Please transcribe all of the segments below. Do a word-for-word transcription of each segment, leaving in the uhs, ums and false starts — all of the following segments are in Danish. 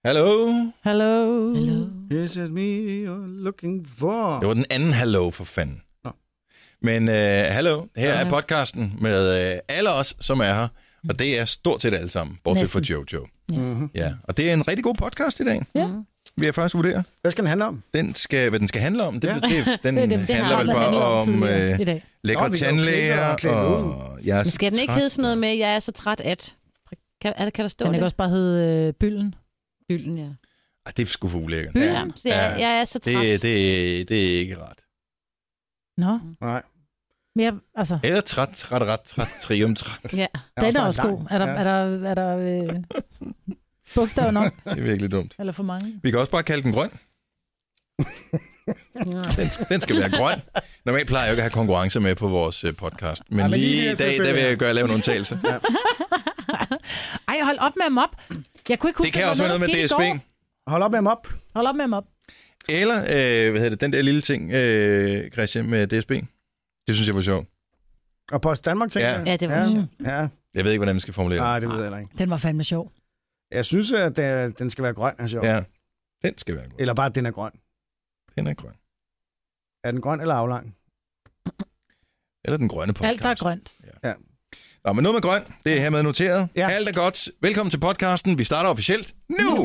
Hallo? Hallo? Hello. Is it me you're looking for? Det var den anden hallo for fanden. Nå. Men uh, hallo, her Ja. er podcasten med uh, alle os, som er her. Og det er stort set alle sammen, bortset fra Jojo. Mm-hmm. Ja, og det er en rigtig god podcast i dag. Ja. Vi har først vurderet. Hvad skal den handle om? Den skal, hvad den skal handle om, det, Ja. det, det, den Det er dem, det handler har vel aldrig handlet bare om om tidligere øh, i dag. lækre Nå, vi er jo tandlæger klædt og klædt og jeres Men skal den ikke træt- hedde sådan noget med, jeg er så træt at... Kan, er der, kan der stå Kan det det? også bare hedde øh, Bylden? Bylden, ja. Ej, det er sgu for ulækkert. Bylden, Ja. ja. Så jeg, Ja. jeg er så træt. Det, det, det er ikke rart. Nå, Nej. men jeg, altså, Eller træt, træt, ret, træt, trium, træt. Ja. den er bare også lang. god. Er der, Ja. er der, er der øh, bogstaver nok? Det er virkelig dumt. Eller for mange? Vi kan også bare kalde den grøn. Den, den skal være grøn. Normalt plejer jeg jo ikke at have konkurrence med på vores øh, podcast. Men, Ja, men lige i lige i det dag, her der vil tilfælde, jeg gøre lave en undtagelse. Ja. Ej, hold op med ham op. Jeg kunne ikke huske, Det kan der også var være noget med der D S skete i B. går. Hold op med ham op. Hold op med ham op. Eller, øh, hvad hedder det, den der lille ting, øh, Christian, med D S B. Det synes jeg var sjovt. Og Post Danmark, tænker Ja. jeg. Ja, det var ja. sjovt. Ja. Jeg ved ikke, hvordan man skal formulere det. Nej, det ved jeg heller ikke. Den var fandme sjov. Jeg synes, at det- den skal være grøn, er sjov. Ja, den skal være grøn. Eller bare, at den er grøn. Den er grøn. Er den grøn eller aflang? Eller den grønne podcast. Alt, der er grønt. Ja. Nå, men noget med grøn, det er hermed noteret. Ja. Alt er godt. Velkommen til podcasten. Vi starter officielt nu.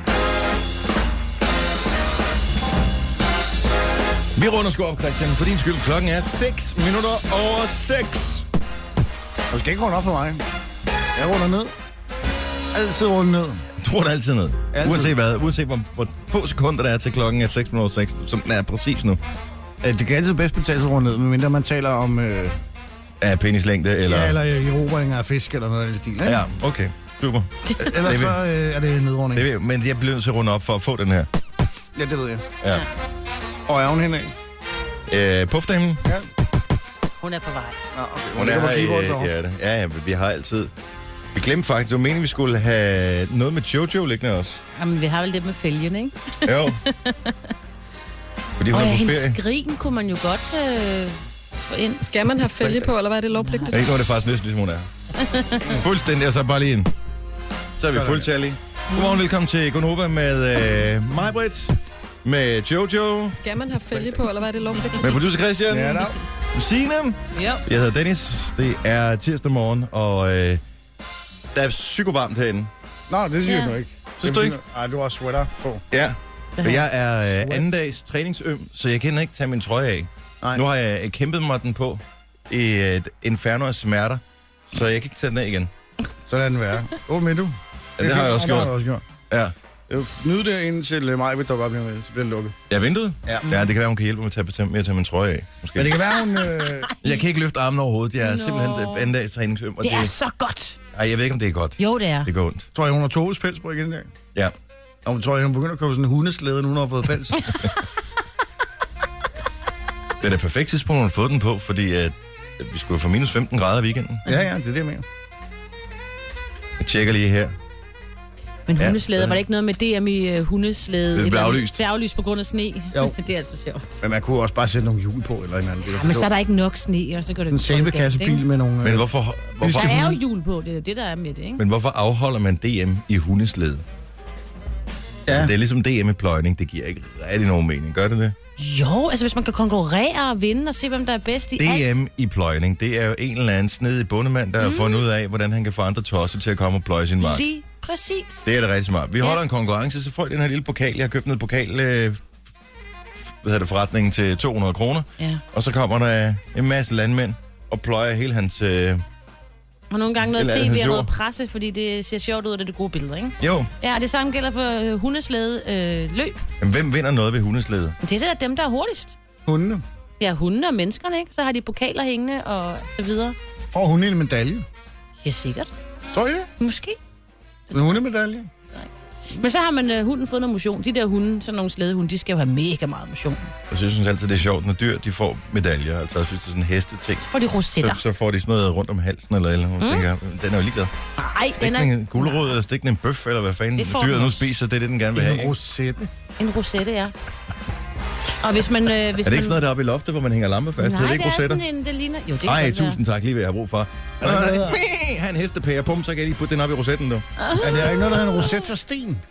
Vi runder sgu op, Christian. For din skyld, klokken er seks minutter over seks. Du skal ikke runde op for mig. Jeg runder ned. Altid runde ned. Du runder altid ned. Altid. Uanset hvad. Uanset hvor, hvor få sekunder der er til klokken er seks minutter over seks, som den er præcis nu. Øh, Det kan altid bedst betale sig at runde ned, medmindre man taler om... Øh, Er penislængde, eller... ja, eller erobring af fisk eller noget af den stil. Ikke? Ja, okay. Super. Ellers Det så vil- øh, er det nedrunding. Det ved, jeg, men jeg bliver nødt til at runde op for at få den her. Ja, det ved jeg. Ja. Og er hun henne af? Øh, Puffdamen. Ja. Hun er på vej. Nå, okay. Hun er ligger på her keyboard i derovre. hjertet. Ja, ja, vi har altid... Vi glemte faktisk, det var meningen, vi skulle have noget med Jojo liggende også. Jamen, vi har vel det med fælgen, ikke? Jo. Fordi hun Og er på hendes ferie. skrin kunne man jo godt øh, få ind. Skal man have fælge på, eller hvad er det lovpligtigt? Ja, ikke noget, det er faktisk næsten ligesom hun er. Fuldstændig, og så bare lige ind. Så er vi fuldtallige. Godmorgen, velkommen til Gonova med øh, mig, Britt, med Jojo, Skal man have fælge på, eller hvad er det lovpligtigt? med producer Christian, Ja, da. Signe. Jo. Jeg hedder Dennis. Det er tirsdag morgen, og øh, der er psykovarmt herinde. Nå, det synes Ja. jeg nu ikke. Synes du ikke? Nej, du har sweater på. Ja. Og jeg er øh, anden dags træningsøm, så jeg kan ikke tage min trøje af. Nej. Nu har jeg øh, kæmpet mig den på i et inferno af smerter, så jeg kan ikke tage den af igen. Så lad den være. Åh, men du. Ja, det har jeg også Det har gjort. jeg også gjort. Ja. Jeg nyd det, indtil mig vil dukke op her med, så bliver den lukket. Jeg er vinduet? Ja. Ja, det kan være, hun kan hjælpe mig med at tage, med at tage min trøje af. Måske. Men det kan være, hun... Øh, Jeg kan ikke løfte armen overhovedet. Jeg er Nå. simpelthen anden dags træningsøm. Og Det er så godt. Ej, jeg ved ikke, om det er godt. Jo, det er. Det går ondt. tror jeg, hun har Toves pels på igen i dag. Ja. Og hun tror jeg, hun begynder at købe sådan en hundeslæde, nu hun har fået pels. Det er da perfekt tidspunkt, hun har fået den på, fordi at, at vi skulle få minus femten grader i weekenden. ja, ja, det er det, jeg mener. Jeg tjekker lige her. Men Ja, hundeslæder, ja. var det ikke noget med D M i uh, hundeslæde? Det blev Et eller andet? aflyst. Det er aflyst på grund af sne. Jo. Det er altså sjovt. Men man kunne også bare sætte nogle hjul på, eller en anden. Det Ja, men så er der ikke nok sne, og så går det en gå galt, sæbekassebil ikke? med nogle... Men Øh, hvorfor, hvorfor, Der er jo hjul på, det er jo det, der er med det, ikke? men hvorfor afholder man D M i hundeslede? ja. Altså, det er ligesom D M i pløjning. Det giver ikke rigtig nogen mening. Gør det det? Jo, altså hvis man kan konkurrere og vinde og se, hvem der er bedst i alt. D M i pløjning, det er jo en eller anden snedig bondemand, der mm. har fundet ud af, hvordan han kan få andre tosser til at komme og pløje sin mark. Lige præcis. Det er da rigtig smart. Vi Ja. holder en konkurrence, så får I den her lille pokal. Jeg har købt en pokal, øh, hvad hedder det, forretningen til to hundrede kroner. Ja. Og så kommer der en masse landmænd og pløjer hele hans... Øh, Og nogle gange noget Eller er det tv hans og noget jord? presse, fordi det ser sjovt ud, og det er det gode billeder, ikke? jo, Ja, og det samme gælder for øh, hundeslæde øh, løb. men hvem vinder noget ved hundeslæde? Det er det der dem, der er hurtigst. Hunde. Ja, hundene og menneskerne, ikke? Så har de pokaler hængende og så videre. Får hunde en medalje? Ja, sikkert. Tror I det? Måske. En hundemedalje? Men så har man øh, hunden fået noget motion. De der hunde, sådan nogle slædehunde, de skal jo have mega meget motion. Og så synes jeg altid, det er sjovt, når dyr de får medaljer. Altså, hvis det er sådan en hesteting, Så får de rosetter. så, så får de sådan noget rundt om halsen eller eller andet. Mm. Tænker, den er jo ligeglad. Nej, den Stik er en gulerod eller stik en bøf, eller hvad fanden Det får dyret den nu også. spiser, det er det, den gerne vil have. En Ikke? rosette. en rosette, ja. Og hvis man... Øh, hvis Er det ikke man... sådan noget, der er oppe i loftet, hvor man hænger lamper fast? Nej, det er ikke det er rosetter? sådan en, det ligner... Jo, det kan Ej, godt være. tusind tak, lige hvad jeg har brug for. Ha' en hestepære, pum, så kan jeg lige putte den op i rosetten, du. Er det ikke noget, der er en rosetta sten?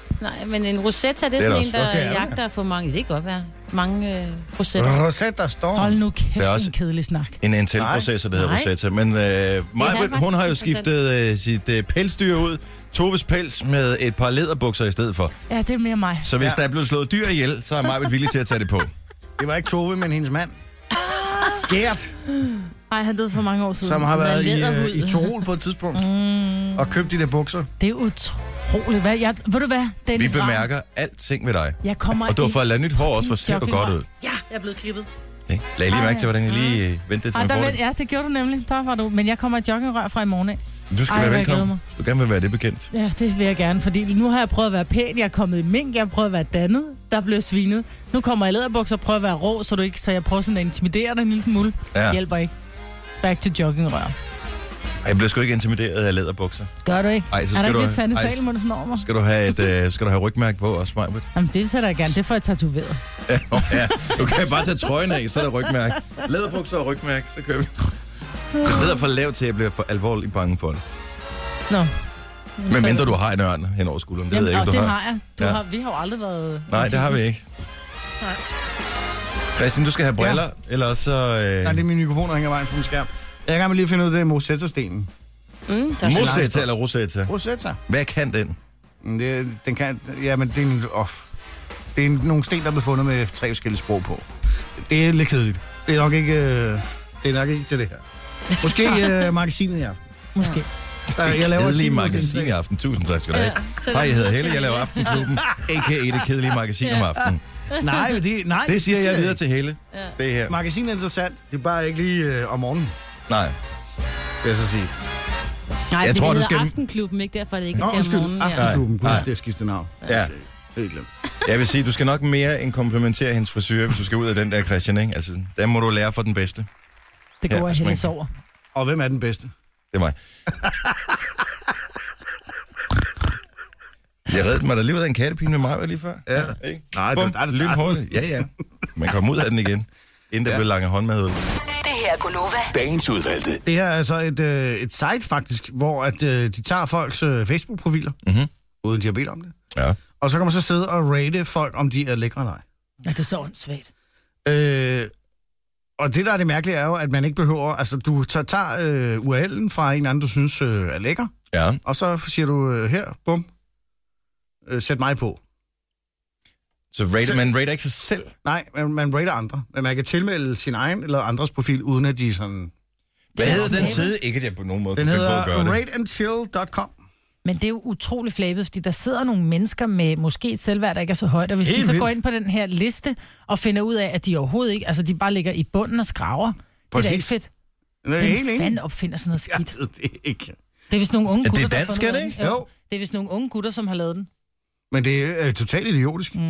Nej, men en Rosetta, det er, Det er sådan også en, der godt, det er det, jagter for mange. Det kan godt være. Mange øh, Rosetter. Rosetta Storm. Hold nu kæft, Det er også- en kedelig snak. En Intel-processor, der hedder Nej. Rosetta. Men øh, Majbrit, hun har jo faktisk skiftet øh, sit øh, pelsdyr ud. Toves pels med et par læderbukser i stedet for. Ja, det er mere mig. Så hvis Ja. der er blevet slået dyr ihjel, så er Majbrit villig til at tage det på. Det var ikke Tove, men hendes mand. Gert, Nej, han døde for mange år siden. som har været i, læderhud. øh, i Torol på et tidspunkt. Mm. Og købt de der bukser. Det er utroligt. Hvad? Jeg, ved du hvad, Vi Dennis Ravn? bemærker alting ved dig. Jeg kommer Og du har i- fået lavet nyt hår også, hvor ser du godt ud. Ja, jeg er blevet klippet. Okay. Lad lige mærke til, hvordan jeg lige øh, ventede til, Ej, man der, får vel- det. ja, det gjorde du nemlig. Der var du. Men jeg kommer i joggingrør fra i morgen af. Du skal Ej, være hvor jeg glæder velkommen, mig. hvis du gerne vil være det bekendt. Ja, det vil jeg gerne, fordi nu har jeg prøvet at være pæn, jeg er kommet i mink, jeg har prøvet at være dannet, der blev svinet. Nu kommer jeg i læderbukser og prøver at være rå, så du ikke, så jeg prøver sådan at intimidere dig en lille smule. Ja. Ja. Hjælper ikke. Back to joggingrør. Ej, jeg bliver sgu ikke intimideret af læderbukser. Gør du ikke? Ej, så er der skal ikke du, lidt Sanne ej, Salmonsen over mig? skal du have et øh, skal du have rygmærke på også, Majbrit? Jamen, det sætter jeg gerne. Det får jeg tatoveret. Ja, nå, ja. Du kan bare tage trøjen af, så er der rygmærke. Læderbukser og rygmærke, så kører vi. Du sidder for lavt til, at jeg bliver for alvorligt bange for det. Nå. Men mindre du har en ørn hen over skulderen. Det Jamen, ved jeg og ikke, du det har. har jeg. Du Ja. har, vi har jo aldrig været... Nej, det har vi ikke. Nej. Christian, du skal have briller, ja. Ellers så... Nej, Øh... det er min mikrofon, der hænger vejen på min skærm. Jeg er i gang med lige at finde ud af det Mosetta-stenen. Mm, der er Mosetta eller Rosetta? Rosetta. Hvad kan den? Mm, Det, den kan, ja, men det er, en, oh, det er en, nogle sten, der er blevet fundet med tre forskellige sprog på. Det er lidt kedeligt. Det er nok ikke, øh, det er nok ikke til det her. Måske øh, magasinet i aften. Måske. Der, jeg laver Kedelige et magasin i aften. Tusind tak skal du have. Ja, Hej, jeg hedder Helle. Jeg laver Aftenklubben, a k a det kedelige magasin om aftenen. Nej, men det, nej, Det siger jeg siger videre til Helle. Ja. Det her. Magasinet er interessant. Det er bare ikke lige øh, om morgenen, Nej. vil jeg så sige. Nej, Jeg det tror, du hedder skal- Aftenklubben, ikke derfor er det ikke Nå, til om undskyld. morgenen. Ja. Aftenklubben. Gud, Nej. det er skiftet navn. Ja. Det er helt glemt. Jeg vil sige, du skal nok mere end komplimentere hendes frisør, hvis du skal ud af den der, Christian, ikke? Altså, der må du lære for den bedste. Det Ja, går jeg hvis man- heldigvis over. Og hvem er den bedste? Det er mig. Jeg reddede mig da lige ud af en kattepine med mig lige før. Ja. Ikke? Nej, det Bum, var dig, der startede. lynhurtigt. Ja, ja. Man kom ud af den igen, inden der Ja. blev lange håndmad ud. Det her er Gunova. Dagens udvalgte. Det her er altså et, øh, et site faktisk, hvor at, øh, de tager folks øh, Facebook-profiler, Mhm. uden de har bedt om det. Ja. Og så kan man så sidde og rate folk, om de er lækre eller ej. Ja, det er så åndssvagt. Øh, og det, der er det mærkelige, er jo, at man ikke behøver... Altså, du tager, tager øh, U R L'en fra en anden, du synes øh, er lækker, Ja. og så siger du øh, her, bum, øh, sæt mig på. Så rate, man rater ikke sig selv. Nej, man, man rater andre, men man kan tilmelde sin egen eller andres profil, uden at de sådan... Hvad hedder den side? Ikke, at jeg på nogen måde Den kan finde på hedder at gøre det. rate and chill punktum com. Men det er jo utrolig flabet, fordi der sidder nogle mennesker med måske et selvværd, der ikke er så højt, og hvis Helt de så vildt. går ind på den her liste og finder ud af, at de overhovedet ikke, altså de bare ligger i bunden og skraver, det er da ikke Præcis. fedt. Jeg er helt Hvem enig. fanden opfinder sådan noget Jeg skidt? ved det ikke. Det er vist nogle unge Er det gutter, der har dansk, fundet er det ud af ikke? den. Jo. Det er vist nogle unge gutter, som har lavet den. Men det er øh, totalt idiotisk. Mm.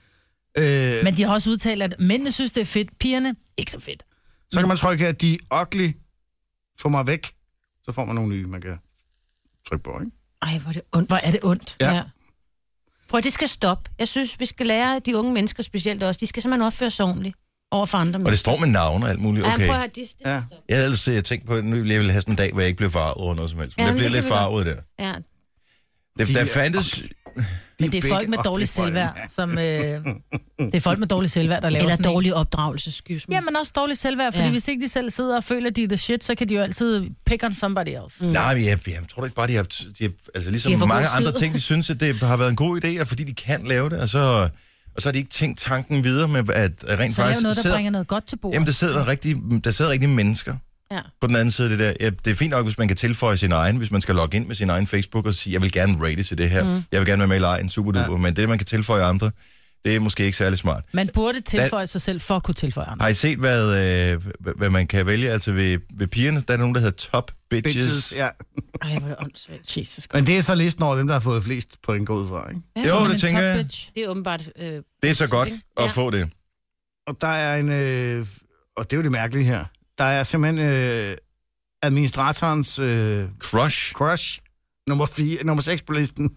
Øh, Men de har også udtalt, at mændene synes, det er fedt, pigerne ikke så fedt. så kan man trykke her, de ugly, få mig væk. Så får man nogle nye, man kan trykke på, ikke? Ej, hvor er det ondt. Hvor er det ondt. Ja. Ja. Prøv, det skal stoppe. Jeg synes, vi skal lære de unge mennesker specielt også. De skal simpelthen opføre sig ordentligt over for andre Og det mennesker. står med navn og alt muligt. Ja, Okay. prøv at høre, det, det Ja. ja. stoppe. Jeg havde ellers jeg tænkt på, at nu ville jeg ville have sådan en dag, hvor jeg ikke blev farvet over noget som helst. Men Ja, jeg men blev det lidt kan vi godt. farvet der. Ja. Det, De der er fandtes... Men det er folk med dårlig selvværd, som... Øh, det er folk med dårlig selvværd, der laver Eller sådan en. dårlig opdragelse, excuse me. Ja, men også dårlig selvværd, fordi ja. Ja. hvis ikke de selv sidder og føler, at de er the shit, så kan de jo altid pick on somebody else. Mm. Nej, men jeg, jeg tror da ikke bare, de har... De har altså ligesom De har for mange god tid. andre ting, de synes, at det har været en god idé, og fordi de kan lave det, og så, og så har de ikke tænkt tanken videre med, at at rent Så lav faktisk... noget, der sidder, bringer noget godt til bordet. jamen, der sidder, der, rigtig, der sidder rigtig mennesker Ja. på den anden side af det der. Ja, det er fint nok, hvis man kan tilføje sin egen, hvis man skal logge ind med sin egen Facebook og sige, jeg vil gerne rate til det her. Mm. Jeg vil gerne være med i lejen, super duper. Ja. Men det, man kan tilføje andre, det er måske ikke særlig smart. Man burde tilføje sig selv for at kunne tilføje andre. Har I set, hvad, øh, hvad man kan vælge? Altså ved, ved pigerne, der er nogen, der hedder top bitches. Bitches, ja. Ej, hvor er det åndssvagt. Jesus Christ. Men det er så listen over dem, der har fået flest point gå ud fra, ikke? Ja, Jo, Men det tænker top jeg. bitch. det er åbenbart... Øh, Det er så godt at Ja. få det. Og der er en... Øh, og det er jo det mærkelige her. Der er simpelthen øh, administratorens øh, Crush. crush, nummer, fire, nummer seks på listen.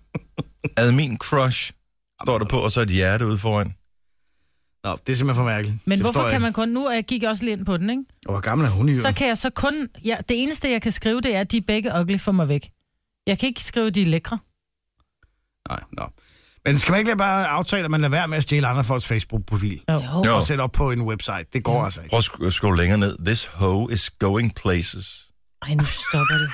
Admin crush står der på, og så et hjerte ude foran. Nå, det er simpelthen for mærkeligt. Men Det hvorfor forstår jeg kan ikke. man kun... Nu jeg gik jeg også lige ind på den, ikke? Og hvor gammel er hun i Så øvrigt? kan jeg så kun... Ja, det eneste, jeg kan skrive, det er, at de er begge ugly for mig væk. Jeg kan ikke skrive, at de er lækre. Nej, nå. Men skal man ikke bare aftale, at man lader være med at stjæle andre folks Facebook-profil? Jo. Jo. Og sætte op på en website. Det går ja. altså ikke. Prøv at sk- scrolle længere ned. This hoe is going places. Ej, nu stopper det.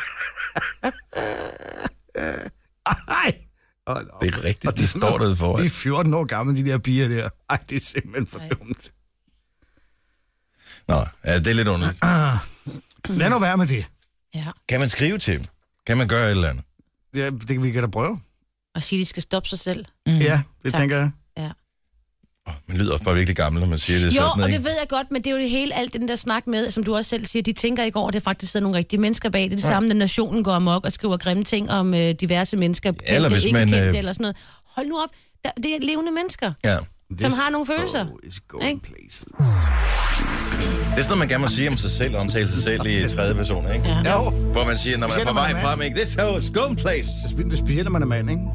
Ej! Det er rigtigt, det står der foran. De er fjorten år gamle, de der piger der. Ej, det er simpelthen for Ej. dumt. Nå, ja, det er lidt underligt. Ah. Lad nu være med det. Ja. Kan man skrive til dem? Kan man gøre et eller andet? Det, det vi kan da prøve. Og sige, at de skal stoppe sig selv. Mm. Ja, det Tak. tænker jeg. Ja. Oh, man lyder også bare virkelig gammel, når man siger det Jo, sådan, og ikke? det ved jeg godt, men det er jo det hele, alt den der snak med, som du også selv siger, de tænker ikke over, at det faktisk sidder nogle rigtige mennesker bag. Det er det ja. samme, når nationen går amok og skriver grimme ting om øh, diverse mennesker, kendte, Eller hvis ikke man, kendte øh... eller sådan noget. Hold nu op, der, det er levende mennesker, Ja. som har nogle følelser. Going places. Det er sådan noget, man gerne må sige om sig selv, og omtale sig selv i tredje person, ikke? Ja. Jo, Hvor man siger, når man er på vej frem, ikke? This hoe is going places. det er specielt, når man er mand, ikke?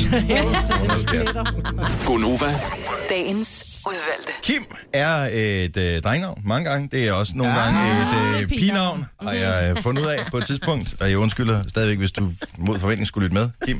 Gonova. Dagens udvalgte. Kim er et øh, drengnavn mange gange. Det er også nogle Ja. gange et øh, pigenavn, har jeg øh, fundet ud af på et tidspunkt. Og jeg undskylder stadigvæk, hvis du mod forventning skulle lytte med, Kim.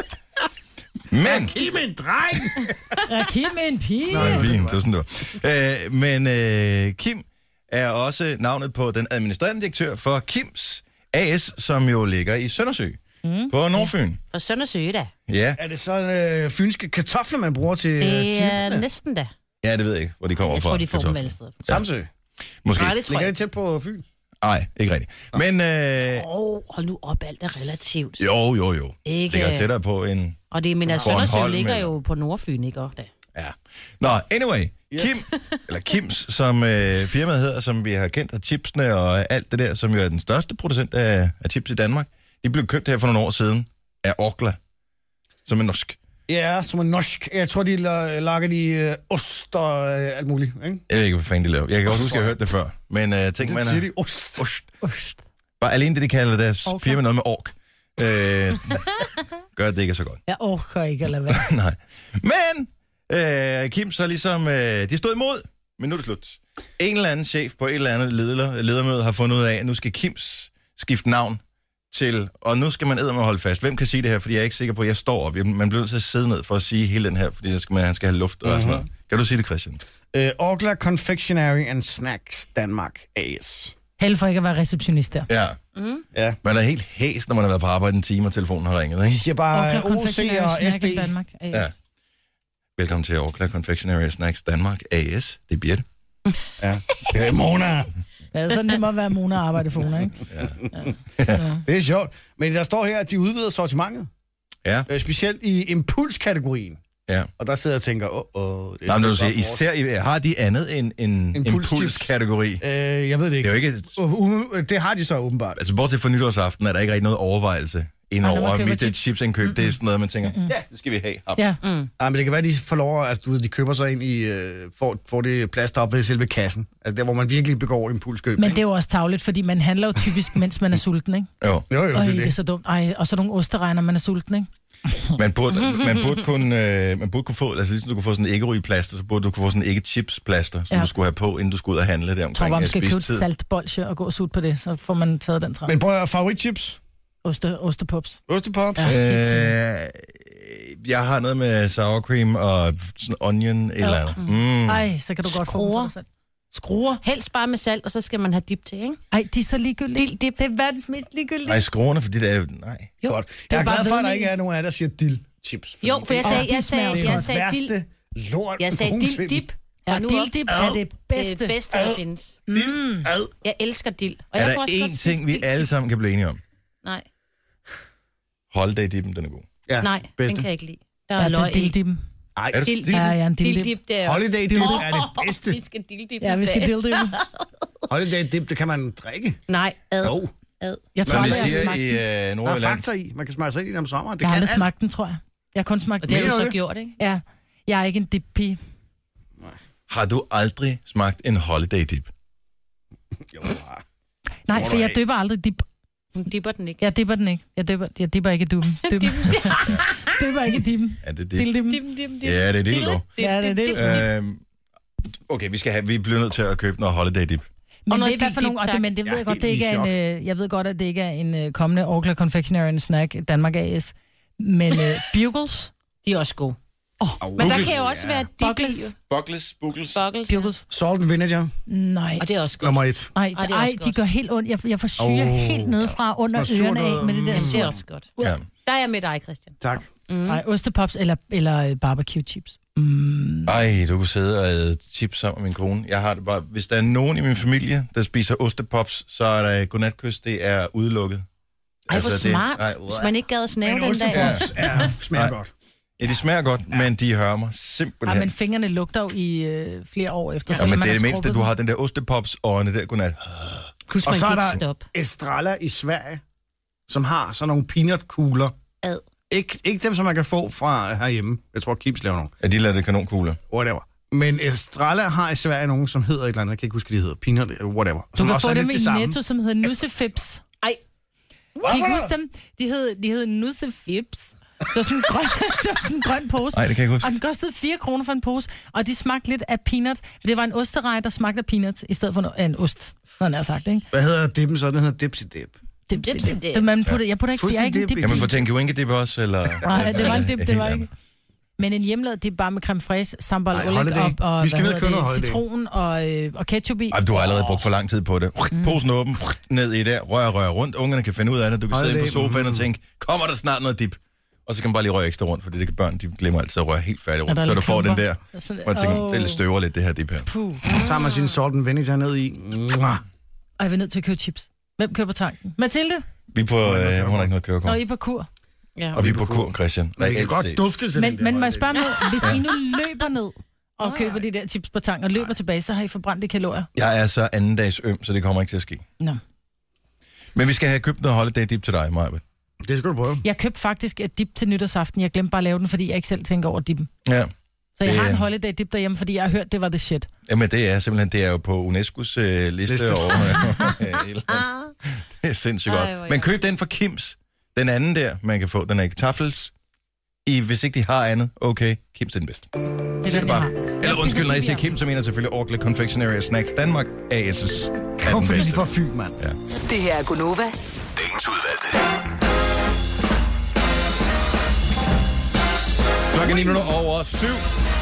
Men... Kim en dreng! Ja, Kim er en pige. Nå, en pige, det var sådan, det var. Øh, men øh, Kim er også navnet på den administrerende direktør for Kims A S, som jo ligger i Søndersø mm. på Nordfyn. Og Søndersø da. Ja. Er det så øh, fynske kartofler, man bruger til øh, Det er chipsene? næsten da. Ja, det ved jeg ikke, hvor de kommer Jeg fra. tror, de får dem kartofler. alle steder. Samsø. Måske. Nej, det tror Ligger jeg. det tæt på Fyn? Nej, ikke rigtigt. Men øh, Åh, oh, hold nu op, alt er relativt. jo, jo, jo. Ikke. Det ligger tættere på en... Og det, men Bornholm, Søndersø ligger eller- jo på Nordfyn, ikke også da? Ja. Nå, anyway. Yes. Kim, eller Kims, som øh, firmaet hedder, som vi har kendt, og chipsene og alt det der, som jo er den største producent af, af chips i Danmark, de blev købt her for nogle år siden af Orkla, som er norsk. Ja, som er norsk. Jeg tror, de la- lager de øh, ost og øh, alt muligt, ikke? Jeg ved ikke, hvad fanden de laver. Jeg kan godt huske, at jeg har hørt det før. Men øh, tænk, man Det er... siger de ost. Ost. Ost. Bare alene det, de kalder deres Orkla. firma noget med ork. Øh, gør det ikke så godt. Jeg orker ikke at lade være. Nej. Men øh, Kim så ligesom, øh, de stod imod, men nu er det slut. En eller anden chef på et eller andet leder, ledermøde har fundet ud af, at nu skal Kims skifte navn til, og nu skal man eddermame holde fast. Hvem kan sige det her, fordi jeg er ikke sikker på, at jeg står op. Man bliver nødt til at sidde ned for at sige hele den her, fordi skal man, han skal have luft og mm-hmm. sådan noget. Kan du sige det, Christian? Øh, Orkla Confectionery and Snacks Danmark A S. Held for ikke at være receptionist der. Ja. Mm. Ja. Man er helt hæs, når man har været på arbejde en time, og telefonen har ringet, De ikke? siger bare Orkla O C Confectionery og S Snack i D. Danmark. A S. Ja. Velkommen til Orkla Confectionery Snacks Danmark A S. Det er Birte. Ja. Det er Mona. Ja, sådan det må være Mona at arbejde for Mona, ikke? Det er sjovt. Men der står her, at de udvider sortimentet. Ja, Øh, specielt i impulskategorien. ja. Og der sidder jeg og tænker, åh, åh, det er Nå, men du godt siger, for os. især i- har de andet end en Impulschips. impulskategori? Øh, jeg ved det Det ikke. er jo ikke... Uh, uh, det har de så åbenbart. Altså, bortset fra nytårsaften, er der ikke rigtig noget overvejelse Nej, når man indover køber mit chips. chipsindkøb. Mm-hmm. Det er sådan noget, man tænker, ja, det skal vi have. Haps. Ja. Mm. Ah, men det kan være, at de får lov at, altså, du ved, de køber sig ind i, øh, får, får det plaster op ved selve kassen. Altså der, hvor man virkelig begår impulskøb. Men ikke? det er jo også tavligt, fordi man handler jo typisk, mens man er sulten, ikke? Jo, Jo, jo, Øj, det er det er det. så dumt. Ej, og så nogle osteregner, man er sulten, ikke? man burde, man burde, kunne, øh, man burde kunne få, altså ligesom du kunne få sådan en æggerygeplaster, så burde du kunne få sådan en æggechipsplaster, som Ja. du skulle have på, inden du skulle ud og handle der Jeg tror omkring bare, man øh, skal købe et spisetid. saltbolsje og gå og sutte på det, så får man taget den træ. Men prøv at høre, favoritchips? Oste, ostepops. Ostepops? Ja. Øh, jeg har noget med sour cream og sådan onion eller andet. Mm. Ej, så kan du godt få dem for Skruer. dig selv. Skruer. Helst bare med salt, og så skal man have dip til, ikke? Ej, de er så ligegyldige. Dild, dip. Det er verdens mest ligegyldige. Nej, skruerne, fordi det er... Nej. Jo. Godt. er Jeg er bare glad for, at der hvedemel. ikke er nogen af jer, der siger dill-chips. fordi Jo, for jeg det sagde, Åh, de jeg smager sagde, også jeg godt. sagde, dild, værste lort jeg sagde nogensinde. dild dip. Ja, Og nu dilldip op. er det bedste. Det bedste, der findes. Dill. Ad. Jeg elsker dild. Og Er jeg der kan også én godt spise ting, vi dild. alle sammen kan blive enige om? Nej, Holiday-dippen, den er god. Ja, nej, bedste. den kan jeg ikke lide. Der Ja, er det løg er i. dilddippen. Ej, Er det Dild, dild? Ja, ja, en dild dilddip. dip, det er Holiday dip er det bedste. Vi skal dild dip. Ja, vi skal dilddip. Holiday dip, det kan man drikke. Nej, ad. Jo. ad. Jeg tror Som vi aldrig, jeg har siger smagt den. i øh, Der er Nordjylland. faktor i. Man kan smage sig ind i om sommeren. Det Jeg har kan aldrig alt. smagt den, tror jeg. Jeg har kun smagt Og det har den. du så det? gjort, ikke? Ja, jeg er ikke en dip-pige. Har du aldrig smagt en holiday-dip? Jo, Nej, Tror for du jeg ikke? dipper aldrig dip. Hun dipper den ikke. Jeg dipper den ikke. Jeg dipper, jeg dipper ikke duben. Dipper. dipper ikke dippen. Er det det? Dildippen. Dim, dim, dim. Ja, det er det, dog. Ja, det er det. Øhm, okay, vi, skal have, vi bliver nødt til at købe noget holiday-dip. Men noget ved I hvad for dip, nogle, og tak. det, men det ved Jeg jeg er godt, helt det ikke i er en, øh, jeg ved godt, at det ikke er en øh, kommende Orkla Confectionery and Snack Danmark A S. Men øh, Bugles, De er også gode. Oh, Men der kan jo også ja. være Buckles. Buckles, buckles. Buckles. Buckles. Salt and vinegar, Nej. Og det er også godt. nummer et. Ej, Ej, det er ej også de godt. gør helt ondt. Jeg, jeg får syre Åh. oh. helt nedefra under Sådan ørerne noget af med det der Men det sur. er også godt. Ja. Der er jeg med dig, Christian. Tak. Mm. Nej, ostepops eller, eller øh, barbecue chips. Mm. Ej, du kunne sidde og æde chips sammen med min kone. Jeg har det bare... Hvis der er nogen i min familie, der spiser ostepops, så er der godnatkys, det er udelukket. Ej, hvor Altså, det- smart. ej, Hvis man ikke gad at snave Men den dag. ostepops er, smager Nej. godt. Ja, de smager godt, ja. men de hører mig Ja, simpelthen. men fingrene lugter jo i øh, flere år efter. Ja, selvom men man det er det har mindste, skrubbet du dem. har den der ostepops-årene der, godnat. Plus, Og man så kan er ikke der stoppe. Estrella i Sverige, som har sådan nogle peanutkugler. Ad. Ikke, ikke dem, som man kan få fra herhjemme. Jeg tror, Kims laver nogle. Ja, de lader det kanonkugler. Whatever. Men Estrella har i Sverige nogen, som hedder et eller andet. Jeg kan ikke huske, hvad de hedder. Peanut, eller whatever. Du Som kan også få er dem lidt i det samme. Netto, som hedder Nussefips. Ej, Kan I ikke huske dem? De hed, de hed Nussefips. Det var sådan en grøn, det var sådan en grøn pose. Nej, det kan jeg ikke huske. Og den kostede fire kroner for en pose. Og de smagte lidt af peanut. Det var en osterej, der smagte af peanuts, i stedet for en, en ost. Sådan er sagt, ikke? Hvad hedder dippen så? Den hedder Dipsy Dip. Det, det, Dipsy det, dip. det, man putter, jeg putter ikke, det er ikke en dip. Jamen, for tænke wing dip også, eller... Nej, det var en dip, det var Helt ikke. Men en hjemmelavet dip bare med creme fraise, sambal Ej, oleg holiday. og, og Vi skal hvad ned og købe hedder noget det, holiday. citron og, øh, og ketchup i. Ej, du har allerede brugt for lang tid på det. Posen åben, ned i der, rør, rør rundt. Ungerne kan finde ud af det. Du kan sidde inde på sofaen og tænke, kommer der snart noget dip? Og så kan man bare lige røre ekstra rundt, for det kan børn, de glemmer altid at røre helt færdigt rundt. der er Så du lidt får den klumper. der, Sådan- hvor jeg tænker, Åh. det er lidt støver lidt, det her dip her. Puh. Så tager man sin salt and vinegar ned i. Mwah. Og jeg vil nødt til at købe chips. Hvem køber tanken? Mathilde? Vi er på, øh, hun har ikke noget kørekort. Når I er på kur. ja. Og vi er på kur, Christian. Men det kan Reelt godt set. dufte til Men, den der men må jeg holiday. spørge mig, hvis I nu løber ned og køber de der chips på tang og løber tilbage, så har I forbrændte kalorier. Jeg er så anden dags øm, så det kommer ikke til at ske. Nå. Men vi skal have købt noget holiday dip til dig, Maja. Det skal du prøve. Jeg købte faktisk et dip til nytårsaften. Jeg glemte bare at lave den, fordi jeg ikke selv tænker over dippen. Ja. Så jeg Det- har en holiday dip derhjemme, fordi jeg har hørt, det var the shit. Jamen, det er simpelthen, det er jo på UNESCO's øh, liste, Liste. over. Ah. Det er sindssygt Ej, hvor godt. Men køb den fra Kims. Den anden der, man kan få, den er ikke Tafels. I, hvis ikke de har andet, okay, Kims er den bedste. Det er Sig den, det bare. jeg har. Eller undskyld, når jeg siger Kim, så mener jeg selvfølgelig Orkla Confectionery og Snacks Danmark A S's. er Kom, den fordi de bedste. får Fyn, mand. Ja. Det her er Gunova. Dagens udvalgte. Klokken ni minutter over syv.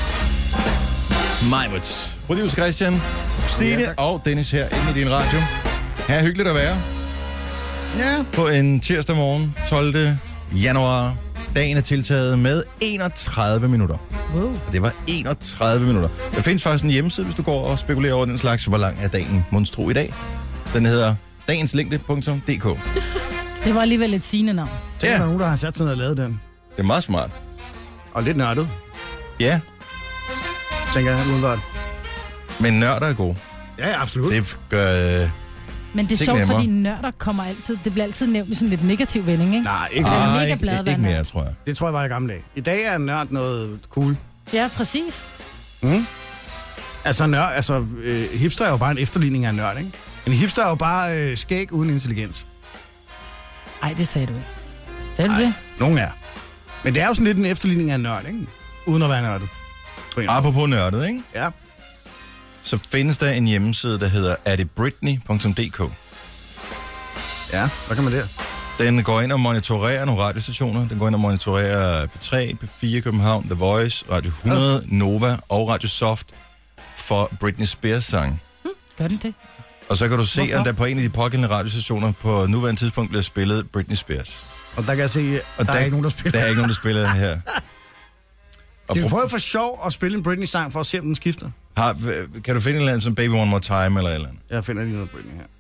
Majwitz. Producer Christian, Stine og Dennis her inde i din radio. Her er hyggeligt at være. Ja. På en tirsdag morgen, tolvte januar. Dagen er tiltaget med enogtredive minutter. Wow. Det var enogtredive minutter. Der findes faktisk en hjemmeside, hvis du går og spekulerer over den slags. Hvor lang er dagen monstro i dag? Den hedder dagenslængde punktum d k. Det var alligevel et sigende navn. Tænk, der er nogen, der har sat sig ned og lavet den. Det er meget smart. Og lidt nørdet, Ja, tænker jeg, udenbart. men nørder er gode. Ja, ja, absolut. Det gør... Øh... Men det er Ting sjovt, nemmere. fordi nørder kommer altid, det bliver altid nævnt i sådan lidt negativ vending, ikke? Nej, ikke Ah. mere. mega ikke, bladet, ikke hvad mere, nørd. tror jeg. Det tror jeg var i gamle dage. I dag er nørd noget cool. Ja, præcis. Mm. Altså, nørd, altså øh, hipster er jo bare en efterligning af en nørd, ikke? En hipster er jo bare øh, skæg uden intelligens. Ej, det sagde du ikke. Sagde du det? Nogen er. Men det er jo sådan lidt en efterligning af en nørd, ikke? Uden at være nørdet. Tror jeg. Apropos nørdet, ikke? Ja. Så findes der en hjemmeside, der hedder er det britney punktum d k. Ja, hvad kan man der? Den går ind og monitorerer nogle radiostationer. Den går ind og monitorerer P tre, P fire København, The Voice, Radio hundrede, Nova og Radio Soft for Britney Spears sang. Gør den det? Og så kan du se, Hvorfor? at der på en af de pågældende radiostationer på nuværende tidspunkt bliver spillet Britney Spears. Og der kan jeg se, Og der, der er ikke nogen, der spiller. Der er ikke nogen, der spiller det her. Og Du kan pro- prøve for sjov at spille en Britney-sang for at se, om den skifter. har, kan du finde en eller anden som Baby One More Time eller et eller andet? Jeg finder lige noget Britney her.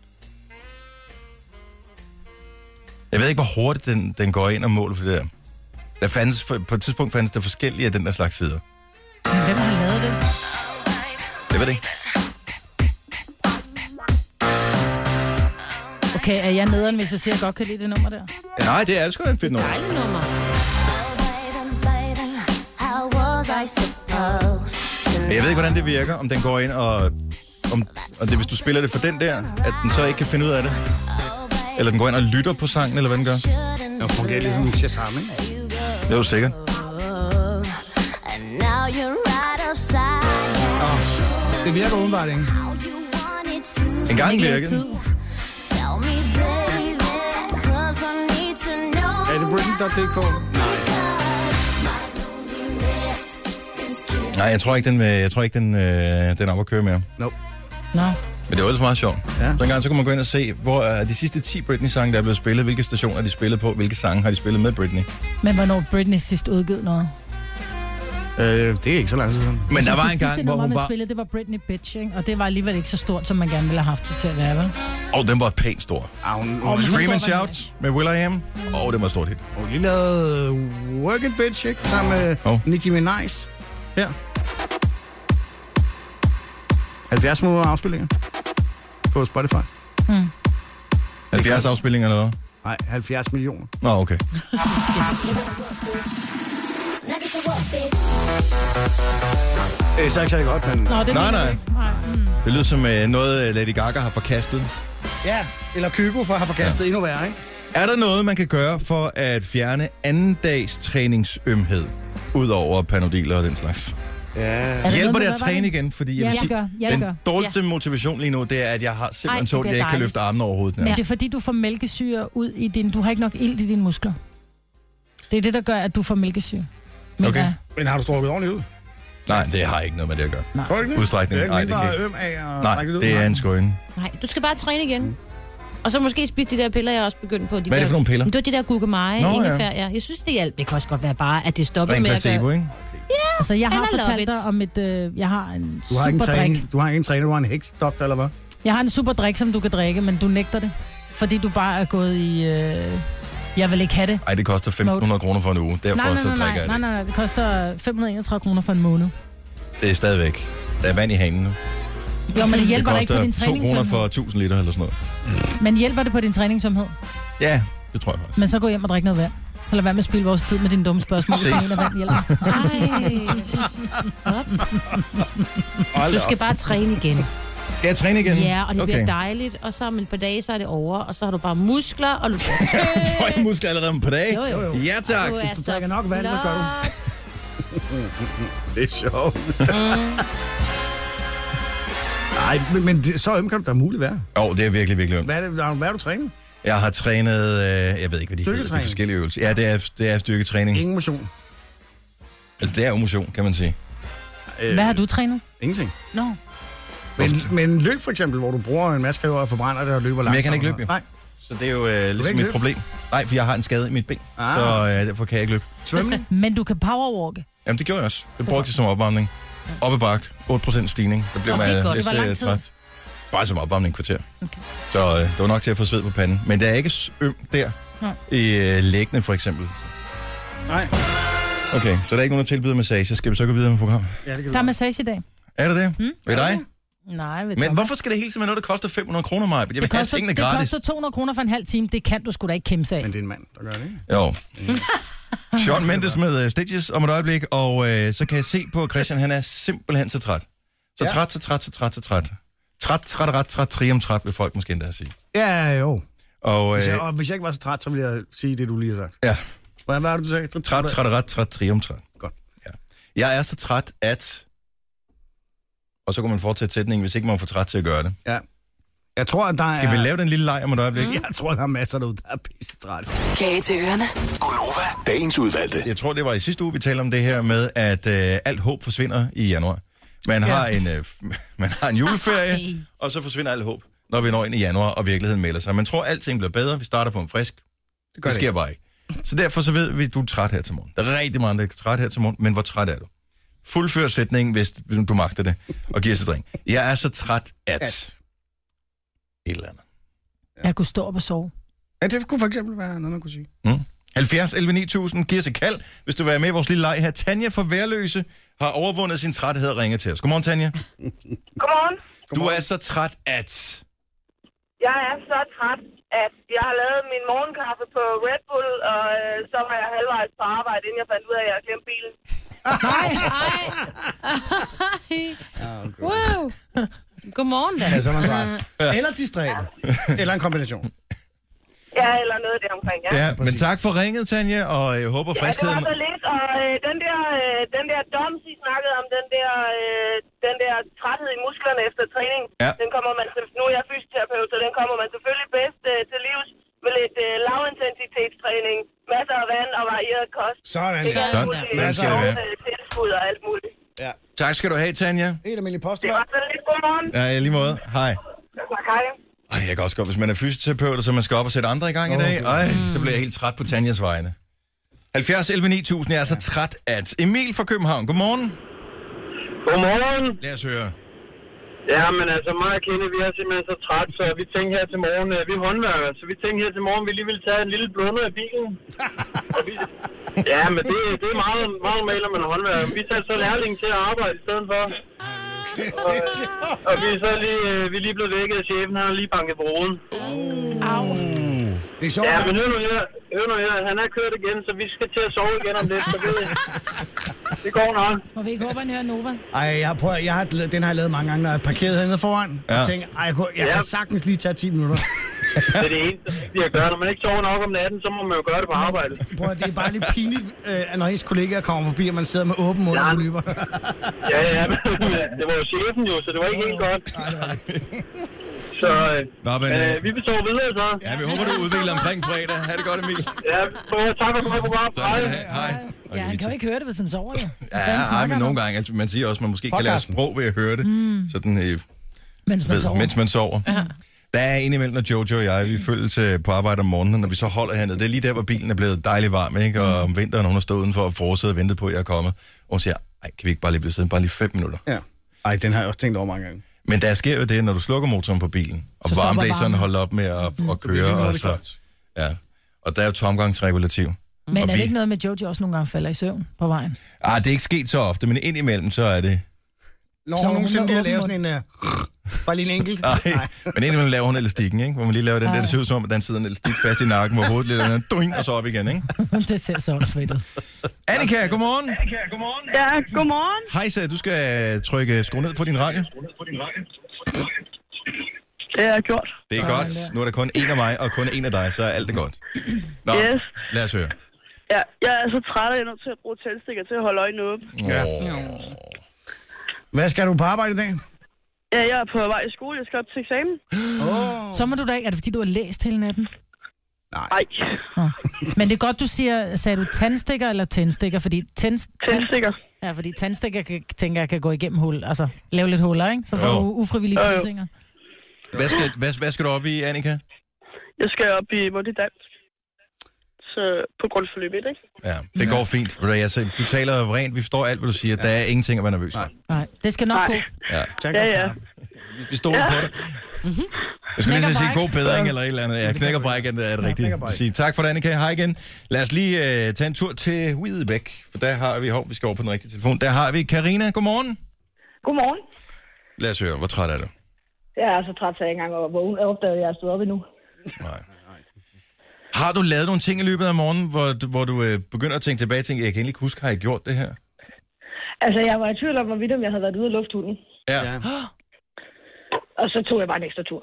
Jeg ved ikke, hvor hurtigt den, den går ind og måler for det der. Der fandtes, på et tidspunkt fandtes der forskellige af den der slags sider. Men hvem har lavet det? Jeg ved det ikke. Okay, er jeg nederen, hvis jeg siger, at jeg godt kan lide det nummer der? Nej, det er sgu da et fedt nummer. Dejligt nummer. Men jeg ved ikke, hvordan det virker, om den går ind og... Om, og det, hvis du spiller det for den der, at den så ikke kan finde ud af det. Eller den går ind og lytter på sangen, eller hvad den gør. Det fungerer ligesom en Shazam, ikke? Det er jo sikkert. Det virker udenbart, ikke? En gang Ikke virkede tid. den. Er det Britney punktum d k? Nej, jeg tror ikke, den, jeg tror ikke, den, øh, den er op at køre mere. Nope. Nå. Men det var ellers meget sjovt. Ja. Så en gang så kunne man gå ind og se, hvor er de sidste ti Britney-sange, der er blevet spillet, hvilke stationer de spillet på, hvilke sange har de spillet med Britney. Men hvornår Britney sidst udgivet noget? Øh, det er ikke så lang tid siden. Men der var det en sidste gang, hvor nummer, hun man var... spillede, det var Britney Bitch, ikke? Og det var alligevel ikke så stort, som man gerne ville have haft det til at være, vel? Åh, oh, den var pænt stor. Ah, hun, hun, Åh, hun, men- Scream and stor var den Shout med will.i.am. Åh, oh, det var stort hit. hun lige lavede Work It Bitch, ikke? Sammen med Oh. Nicki Minaj. Her. halvfjerds millioner afspillinger på Spotify. halvfjerds afspillinger eller hvad? Nej, halvfjerds millioner. Nå, okay. Det er så ikke særlig godt, men... Nå, det Nej, mener nej. du ikke. Nej. Mm. Det lyder som øh, noget, Lady Gaga har forkastet. Ja, eller Kygo for at have forkastet ja. endnu værre, ikke? Er der noget, man kan gøre for at fjerne anden dags træningsømhed? Udover panodiler og den slags. Ja. Er der Hjælper noget det med, at hvad var træne det? igen? Fordi Ja, jeg vil det sige, gør. Ja, det den gør. dårligste motivation lige nu, det er, at jeg har simpelthen Ej, det tålt, at bliver jeg ikke kan dejligt. løfte armene overhovedet. Men Ja. det er fordi, du får mælkesyre ud i din... Du har ikke nok ilt i dine muskler. Det er det, der gør, at du får mælkesyre. Men Okay. ja. Men har du strukket ordentligt ud? Nej, det har ikke noget med det at gøre. Tror du ikke det? Udstrækning. Det er Nej, ikke det mindre kan øm af at Nej, trække ud. det er en skøjne. Nej, du skal bare træne igen. Og så måske spise de der piller, jeg også begyndt på. De Hvad er det for nogle piller? Det var de der gurkemeje, Nå, ja. ingefær, ja. Jeg synes, det hjalp. Det kan også godt være bare, at det stoppede Ren med at placebo, gøre... ikke? Altså, jeg har And I love fortalt it. dig om et... Øh, jeg har en Du har ikke en super drik. træning, du har ikke en træner, du har en heksdoktor, eller hvad? Jeg har en super drik, som du kan drikke, men du nægter det. Fordi du bare er gået i... Øh, jeg vil ikke have det. Ej, det koster femten hundrede kroner for en uge. Derfor Nej, nej, så nej, drikker nej, jeg nej, det. nej, nej, det koster fem hundrede og enogtredive kroner for en måned. Det er stadigvæk. Der er vand i hanen nu. Jo, men det Det hjælper dig ikke på din koster to kroner træningssomhed. for tusind liter eller sådan noget. Men hjælper det på din træningssomhed? Ja, det tror jeg faktisk. Men så gå hjem og drik noget vand. Eller hvad med at spille vores tid med dine dumme spørgsmål. Ses. Hvis vand hjælper. Ej. Du skal bare træne igen. Skal jeg træne igen? Ja, og det okay. bliver dejligt. Og så om et par dage, så er det over. Og så har du bare muskler, og du bliver Får jeg muskler allerede om et par dage? Jo, jo, jo. Ja, tak. Du er Hvis du så drikker nok vand, så gør du. flot. Det er sjovt. Nej, men, men det, så øm kan du da muligt være. Jo, det er virkelig, virkelig ondt. Hvad er det, hvad er du trænet? Jeg har trænet, øh, jeg ved ikke, hvad de hedder, de Styrketræning. forskellige øvelser. Ja, det er, det er styrketræning. Ingen motion. Altså, det er jo motion, kan man sige. Øh, Hvad har du trænet? Ingenting. Nå. Men, men løb for eksempel, hvor du bruger en masse kalorier og forbrænder det og løber langsomt. jeg kan ikke løbe, jo. Nej. Så det er jo øh, ligesom ikke mit løbe? problem. Nej, for jeg har en skade i mit ben, Ah. så øh, derfor kan jeg ikke løbe. Svømning? Men du kan powerwalke. Jamen, det gjorde jeg også. Det brugte jeg som opvarmning. Op ad bak, otte procent stigning. Der blev Nå, det er man godt. lidt Det var lang øh, tid. træt. Bare som opvarmning kvarter. Okay. Så øh, det var nok til at få sved på panden. Men der er ikke øm der Nej. i øh, læggene, for eksempel. Nej. Okay, så der er ikke nogen, der tilbyder massage. Skal vi så gå videre med programmet? Ja, det kan Der er du. massage i dag. Er det det? Mm? Ved dig? Nej, ved Men Thomas. hvorfor skal det hele tiden være noget, der koster fem hundrede kroner, Maja? Jeg vil det have koster, tingene det gratis. koster to hundrede kroner for en halv time. Det kan du sgu da ikke kæmpe af. Men det er en mand, der gør det, ikke? Jo. Shawn Mendes med uh, Stitches om et øjeblik, og uh, så kan jeg se på Christian, han er simpelthen så træt. Så Ja. træt, så træt, så træt, så træt. Træt, træt, ret, træt, trium, træt, vil folk måske endda sige. Ja, jo. Og, Hvis jeg, uh, og hvis jeg ikke var så træt, så ville jeg sige det, du lige har sagt. ja, Hvad var det, du sagde? Træt, træt, træt, ret, træt, trium, træt. Godt. Ja. Jeg er så træt, at... Og så kan man fortsætte sætningen, hvis ikke man får træt til at gøre det. Ja. Jeg tror, at der er... Skal vi lave den lille leg om et øjeblik? Jeg tror, der er masser derude, der er pissetræt. Kage til ørerne. Gonova, dagens udvalgte. Jeg tror, det var i sidste uge, vi talte om det her med, at øh, alt håb forsvinder i januar. Man har, en, øh, man har en juleferie, og så forsvinder alt håb, når vi når ind i januar, og virkeligheden melder sig. Man tror, at alting bliver bedre. Vi starter på en frisk. Det, gør det det sker ikke. bare ikke. Så derfor så ved vi, at du er træt her til morgen. Der er rigtig mange, der er træt her til morgen, men hvor træt er du? Fuldfør sætningen, hvis, hvis du magter det, og giver sig drink. Jeg er så træt, at... At. Et eller andet. Jeg kunne stå op og sove. Ja, det kunne for eksempel være noget, man kunne sige. Mm. halvfjerds elleve ni tusind, giver sig kald, hvis du vil være med i vores lille leg her. Tanja fra Værløse har overvundet sin træthed og ringer til os. Godmorgen, Tanja. Godmorgen. Du er så træt, at... Jeg er så træt, at jeg har lavet min morgenkaffe på Red Bull, og øh, så var jeg halvvejs på arbejde, inden jeg fandt ud af, at jeg havde glemt bilen. Nej, nej. Wow. Godmorgen, da. Ja, så er man træt. Eller distræt. Eller en kombination. Ja, eller noget deromkring, ja. Ja, men tak for ringet, Tanja, og jeg håber Ja, det friskheden... var så lidt, og øh, den der, øh, den der doms, I snakkede om, den der, øh, den der træthed i musklerne efter træning, Ja. den kommer man, nu er jeg fysioterapeut, så den kommer man selvfølgelig bedst øh, til livs med lidt øh, lavintensitetstræning, masser af vand og varieret kost. Sådan, Det kan ja. alt Sådan. muligt, Sådan skal det være. øh, tilskud og alt muligt. Ja. Tak skal du have, Tanja. Helt almindelig post. Det var så lidt godmorgen. Ja, i lige måde. Hej. Tak, hej. Ej, jeg kan også godt, hvis man er fysioterapeut, så man skal op og sætte andre i gang oh, i dag. Ej, mm. så bliver jeg helt træt på Tanjas vegne. halvfjerds elleve ni tusind, jeg er så træt at... Emil fra København, godmorgen. Godmorgen. Lad os høre. Ja, men altså mig og Kende, vi er simpelthen så træt, så vi tænkte her til morgen, vi er håndværkere, så vi tænkte her til morgen, vi lige ville tage en lille blunder af bilen. vi, ja, men det, det er meget, meget normalt, når man er håndværker. Vi satte så lærling til at arbejde i stedet for. Og, og vi er så lige, vi er lige blevet vækket af chefen, han har lige banket på roden. Uh. Au. Det er sjovt. Ja, men hør nu her, hør nu her, han er kørt igen, så vi skal til at sove igen om lidt, så det, det går nok. Må vi ikke håbe, han hører Nova? Ej, jeg prøver, jeg har, den har jeg lavet mange gange, når jeg er parkeret hernede foran. Ja. Og tænker, ej, jeg, kunne, jeg ja. kan sagtens lige tage ti minutter. Det er det eneste, vi har gjort. Når man ikke sover nok om natten, så må man jo gøre det på arbejde. Prøv, det er bare lidt pinligt, øh, når ens kollegaer kommer forbi, og man sidder med åben mund og lyber. Ja, ja, men det var jo chefen jo, så det var ikke helt godt. Nej, det var det. Så Nå, men, øh, vi vil sove videre, så. Ja, vi håber, du udvikler omkring fredag. Ha' det godt, Emil. Ja, tak for det program. Hej. Hej. Ja, han kan jo ikke høre det, hvis han sover. Ja, ja men nogle gange, altså, man siger også, at man måske kan lære sprog ved at høre det. Mm. Sådan, øh, mens man ved, sover. Mens man sover. Ja. Der er indimellem, når Jojo og jeg, vi følges på arbejde om morgenen, når vi så holder hernede. Det er lige der, hvor bilen er blevet dejligt varm, ikke? Og om vinteren, hun har stået udenfor og frosset og ventet på, at jeg er kommet. Og hun siger, ej, kan vi ikke bare lige blive siddende bare lige fem minutter? Ja. Ej, den har jeg også tænkt over mange gange. Men der sker jo det, når du slukker motoren på bilen, og varmeblæseren holder op med at, mm. at køre, og så... Ja. Og der er jo tomgangsregulativ. Men er det vi... ikke noget med, at Jojo også nogle gange falder i søvn på vejen? Ah, det er ikke sket så ofte, men indimellem, så er det... Når hun nogensinde lige har lavet sådan en... Uh... Bare lige en enkelt. Nej, men indimellem laver hun elastikken, ikke? Hvor man lige laver den der, det ser ud som om, at den sidder en elastik fast i nakken, hvor hovedet lidt er doing, og så op igen, ikke? Det ser så svært ud. Annika, godmorgen. Annika, godmorgen. Ja, godmorgen. Hej, så du skal trykke skru ned på din radio. Det har jeg gjort. Det er godt. Nu er der kun en af mig, og kun en af dig, så er alt det godt. Nå, yes. Lad os høre. Ja, jeg er så træt, at jeg er nødt til at bruge tændstikker til at holde øjnene åbne. Ja. Hvad skal du på arbejde i dag? Ja, jeg er på vej i skole. Jeg skal op til eksamen. Oh. Så må du da ikke... Er det fordi, du har læst hele natten? Nej. Nej. Oh. Men det er godt, du siger... Sagde du tandstikker eller tændstikker? Fordi tænds, tændstikker. Ja, fordi tandstikker, kan, tænker jeg, kan gå igennem hul. Altså, lave lidt huller, ikke? Så får du ufrivillige pulsinger. Hvad skal, hvad, hvad skal du op i, Annika? Jeg skal op i mundtlig dansk. Så på grundforløb et, ikke? Ja, det går fint. Du taler rent, vi forstår alt, hvad du siger. Der er ingenting at være nervøs for. Nej, det skal nok Nej. gå. Ja, ja. ja. Vi stoler ja. på det. Mm-hmm. Jeg skulle lige sige god bedring eller et eller andet. Ja, knæk og bræk er det, er det rigtigt. Sige tak for det, Annika. Hej igen. Lad os lige uh, tage en tur til Hvidebæk, for der har vi, hov, vi skal over på den rigtige telefon. Der har vi Karina. Godmorgen. Godmorgen. Lad os høre, hvor træt er du? Jeg er så træt, at jeg ikke engang var vågen. Jeg opdagede, at jeg er stået op endnu. Nej. Har du lavet nogle ting i løbet af morgenen, hvor du, hvor du øh, begynder at tænke tilbage og tænke, jeg kan egentlig ikke huske, har jeg gjort det her? Altså, jeg var i tvivl om, hvorvidt om jeg havde været ude af lufthunden. Ja. ja. Og så tog jeg bare en ekstra tur.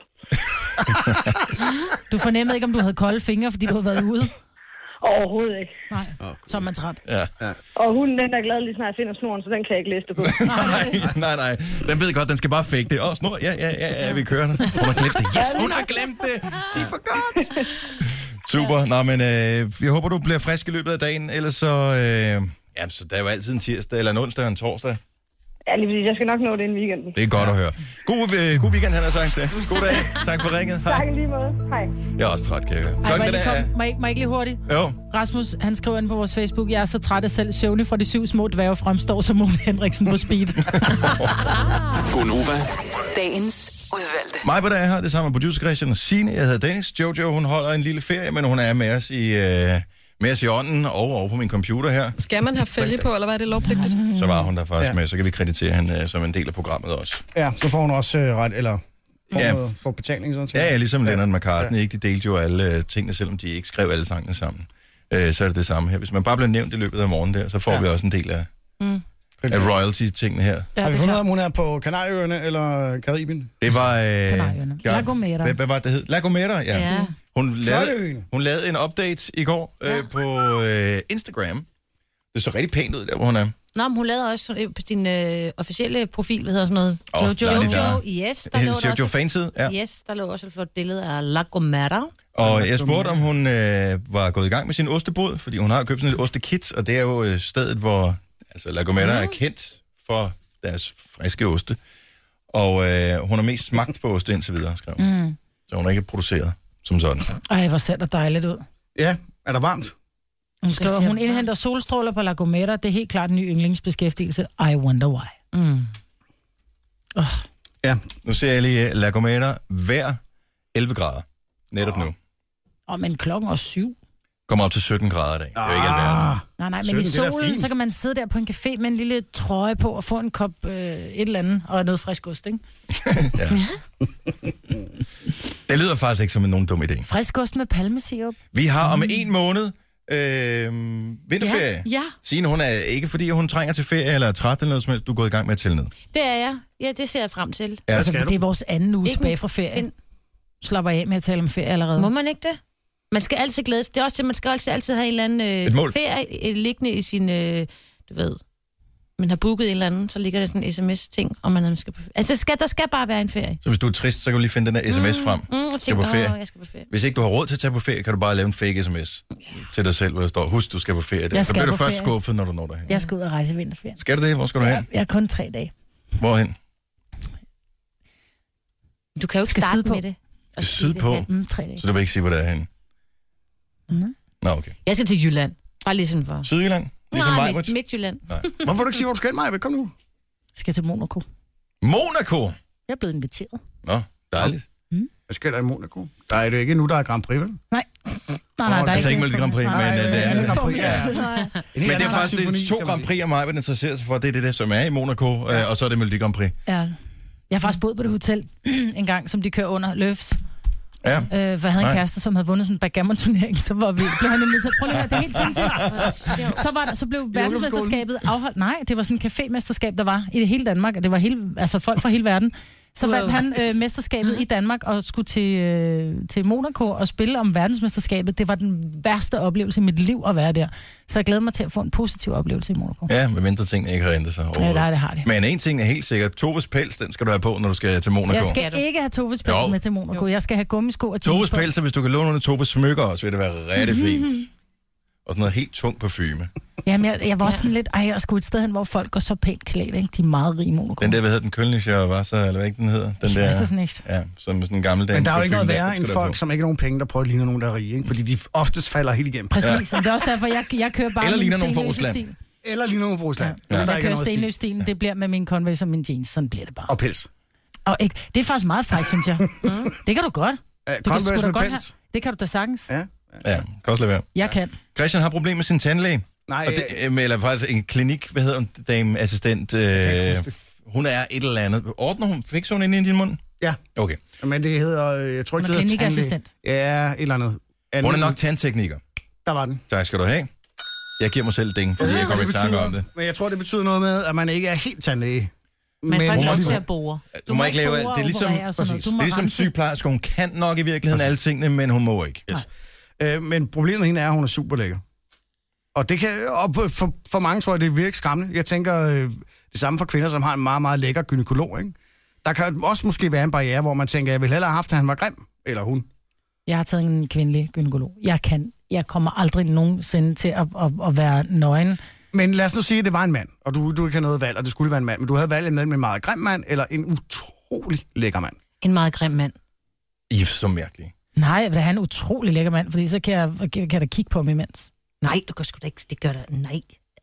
Du fornemmede ikke, om du havde kolde fingre, fordi du havde været ude? Overhovedet ikke. Nej, så er man træt. Ja. ja. Og hunden, den er glad lige snart jeg finder snoren, så den kan jeg ikke læse det på. nej, nej, nej. Den ved godt, den skal bare fake det. Åh, oh, snor, ja, ja, ja, ja, vi kører den. Hun har glemt det. Yes, hun har glemt det. She forgot. Super. Nå, men øh, jeg håber, du bliver frisk i løbet af dagen. Ellers så... Øh, ja, så der er jo altid en tirsdag, eller en onsdag og en torsdag. Ja, lige fordi jeg skal nok nå det inden weekenden. Det er godt at høre. God, øh, god weekend, han har sagt det. God dag. Tak for ringet. Hej. Tak lige måde. Hej. Jeg er også træt, kan jeg høre. Ej, må, jeg kom, må, jeg, må jeg ikke lige hurtigt? Jo. Rasmus, han skriver ind på vores Facebook, jeg er så træt af selv søvne fra de syv små dværge fremstår som Ole Henriksen på speed. Gonova. Dagens udvalgte. Mig på dag her, det samme med producer Christian og Signe. Jeg hedder Dennis. Jojo, hun holder en lille ferie, men hun er med os i... Øh, med os i ånden og over på min computer her. Skal man have fælge på, eller hvad er det lovpligtigt? Så var hun der faktisk ja. med, så kan vi kreditere hende uh, som en del af programmet også. Ja, så får hun også uh, ret, eller får, ja. noget, får betaling sådan Ja, ja, ligesom ja. Lennon McCartney, ja. ikke? De delte jo alle uh, tingene, selvom de ikke skrev alle sangene sammen. Uh, så er det det samme her. Hvis man bare bliver nævnt i løbet af morgenen der, så får ja. vi også en del af, mm. af royalty-tingene her. Ja, har vi fundet ud af, om hun er på Kanarieøerne eller Karibien? Det var... Uh, Kanarieøerne. Ja, La Gomera. Hvad, hvad var det hed? La Gomera, ja. ja. Hun lavede, hun lavede en update i går øh, ja. på øh, Instagram. Det så rigtig pænt ud, der hvor hun er. Nå, men hun lavede også øh, på din øh, officielle profil, hvad hedder sådan noget? Oh, Jojo. Jojo, yes. Der lå Jojo også, fanside, ja. Yes, der lå også et flot billede af La Gomera. Og jeg spurgte, om hun øh, var gået i gang med sin ostebod, fordi hun har købt sådan et ostekit, og det er jo stedet, hvor altså, La Gomera mm. er kendt for deres friske oste. Og øh, hun har mest smagt på oste indtil videre, skrev hun. Mm. Så hun har ikke produceret som sådan. Ej, hvor ser det dejligt ud. Ja, er der varmt? Hun skriver, hun indhenter solstråler på La Gomera. Det er helt klart en ny yndlingsbeskæftigelse. I wonder why. Mm. Oh. Ja. Nu ser jeg lige La Gomera hver elleve grader. Netop oh. nu. Åh, oh, men klokken er syv. Kommer op til sytten grader i dag. Det er jo ikke alverden. Nej, nej, men sytten, i solen, så kan man sidde der på en café med en lille trøje på og få en kop øh, et eller andet og noget frisk ost, ikke? Ja. Det lyder faktisk ikke som nogen dum idé. Frisk ost med palmesirup. Vi har om mm. en måned øh, vinterferie. Ja, ja. Signe, hun er ikke fordi, hun trænger til ferie eller er træt eller noget som helst. Du er gået i gang med at tælle ned. Det er jeg. Ja, det ser jeg frem til. Ja, altså, det er vores anden uge ikke tilbage fra ferien. En... Slapper af med at tale om ferie allerede. Må man ikke det? Man skal altid glæde sig. Det er også det, man skal altid, altid have en eller anden øh, ferie øh, liggende i sin, øh, du ved, man har booket en eller anden, så ligger der sådan en sms-ting, og man skal på ferie. Altså, der skal, der skal bare være en ferie. Så hvis du er trist, så kan du lige finde den der sms frem. Mm, mm, skal, på ferie. Åh, jeg skal på ferie. Hvis ikke du har råd til at tage på ferie, kan du bare lave en fake sms yeah. til dig selv, hvor der står, husk, du skal på ferie. Der. Så bliver du først ferie. skuffet, når du når derhen. Jeg skal ud og rejse i vinterferien. Skal du det? Hvor skal du hen? Jeg, jeg er kun tre dage. Hvorhen? Du kan jo ikke skal starte med det. Du skal sydpå? Mm, tre dage. Så du vil ikke sige, hvor det er henne? Mm. Nå, okay. Jeg skal til Jylland. Bare lige sådan for. Sydjylland? Ligesom Nej, Midt- Midtjylland. Nej. Hvorfor du ikke sige, hvor du skal, Maja? Kom nu. Jeg skal til Monaco. Monaco? Jeg er blevet inviteret. Nå, dejligt. Mm. Hvad sker der i Monaco? Der er det ikke nu, der er Grand Prix, vel? Nej. Nej, nej, der er altså ikke ikke Melodi Grand Prix, men Nej, det andet. Grand Prix, ja. Men det er faktisk det to Grand Prix, og mig vil interessere sig for. Det er det der, som er i Monaco, ja. øh, og så er det Melodi Grand Prix. Ja. Jeg har faktisk boet på det hotel en gang, som de kører under Løfs. Ja. Øh, for jeg havde Nej. en kæreste, som havde vundet sådan en backgammon-turnering, så var vi, blev han inviteret. Prøv lige at høre, det er helt sindssygt. Så, var der, så blev verdensmesterskabet afholdt. Nej, det var sådan en cafémesterskab, der var i det hele Danmark, og det var hele, altså folk fra hele verden. Så vandt han øh, mesterskabet i Danmark og skulle til, øh, til Monaco og spille om verdensmesterskabet. Det var den værste oplevelse i mit liv at være der. Så jeg glæder mig til at få en positiv oplevelse i Monaco. Ja, med mindre tingene ikke har ændret sig Ja, det har det, har det. Men en ting er helt sikkert. Toves pels, den skal du have på, når du skal til Monaco. Jeg skal ikke have Toves pels med til Monaco. Jeg skal have gummisko og Toves pels, hvis du kan låne nogle Toves smykker også, vil det være rigtig fint. Og sådan noget helt tung parfume. Jamen, jeg, jeg var også sådan lidt, ej, jeg skulle et sted hen, hvor folk går så pænt klædt, ikke? De er meget rige i Monaco. Den der, hvad hedder den, Kölnischer Wasser, eller hvad ikke den hedder? Den der, ja, som sådan en gammel dame. Men der er jo ikke noget værre end folk, som ikke har nogen penge, der prøver at ligne nogen, der er rige, ikke? Fordi de oftest falder helt igennem. Præcis, ja. Og det er også derfor, jeg, jeg kører bare eller ligner nogen fra Rusland. Eller ligner nogen fra Rusland. Ja. Ja. Jeg kører stenløs-stilen, det bliver med min Converse og min jeans, sådan bliver det bare. Og pels. Og ikke, det er faktisk meget frækt, synes jeg. Mm. Det kan du godt. Ja, du Converse kan med godt pels. have. Det kan du da sagtens. Ja. Ja, kan også lade være. Jeg kan. Christian har problemer med sin tandlæge. Nej, og det, eller faktisk en klinik, hvad hedder hun, dame assistent. Øh, hun er et eller andet. Ordner hun? Fik hun ind i din mund? Ja. Okay. Men det hedder, jeg tror ikke, det hedder klinikassistent. Ja, et eller andet. Hun er nok tandtekniker. Der var den. Tak skal du have. Jeg giver mig selv ding, fordi jeg, jeg kommer ikke tanke om det. Men jeg tror, det betyder noget med, at man ikke er helt tandlæge. Men, men hun må må til at bore. Du, du må ikke lave alt. Det er ligesom, det er ligesom sygeplejerske. Hun kan nok i virkeligheden alle tingene, men hun må ikke. Yes. Øh, men problemet hende er, at hun er super lækker. Og det kan, og for, for mange tror jeg, det er virkelig skræmmende. Jeg tænker, øh, det samme for kvinder, som har en meget, meget lækker gynekolog, ikke? Der kan også måske være en barriere, hvor man tænker, jeg ville hellere have haft, at han var grim, eller hun. Jeg har taget en kvindelig gynekolog. Jeg kan, jeg kommer aldrig nogensinde til at, at, at være nøgen. Men lad os nu sige, at det var en mand, og du, du ikke har noget valg, og det skulle være en mand, men du havde valgt mellem en meget grim mand, eller en utrolig lækker mand. En meget grim mand. I er så mærkelig. Nej, jeg vil have en utrolig lækker mand, fordi så kan jeg, kan jeg da kigge på ham imens. Nej, du kan sgu da ikke. Det gør der. Nej.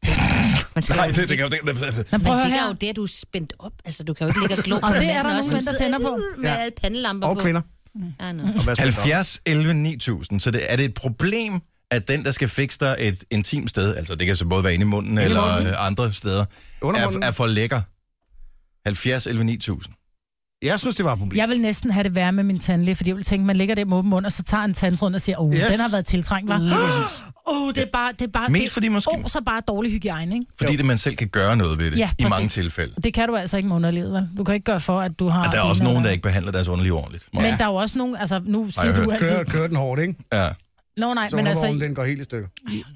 Man skal Nej, det, det kan jo det. Men, men det er jo det, du er spændt op. Altså, du kan jo ikke ligge og glo på. Og det er der nogle mænd, der tænder på. Med ja. alle pandelamper og på. Kvinder. Mm. Ja, no. halvfjerds elleve ni tusind. Så det, er det et problem, at den, der skal fikse dig et intimt sted, altså det kan så både være inde i munden inde eller munden. andre steder, er, er for lækker? halvfjerds elleve ni tusind. Jeg synes, det var et problem. Jeg vil næsten have det værre med min tandlæge, fordi jeg vil tænke, man ligger der med åben mund, og så tager en tandsrund og siger, åh, oh, yes. den har været tiltrængt, hva'? Åh, oh, det er bare... Det er bare Mest det, fordi måske... Oh, så bare dårlig hygiejne, ikke? Fordi det, man selv kan gøre noget ved det, ja, i mange tilfælde. Det kan du altså ikke med underlivet, vel? Du kan ikke gøre for, at du har... Og der er også nogen, der ikke behandler deres underliv ordentligt. Men ja. der er jo også nogen, altså nu siger Ej, du altid... Kør, kør den hårdt, ikke? Ja. Nå nej, så men altså... den går helt i stykker.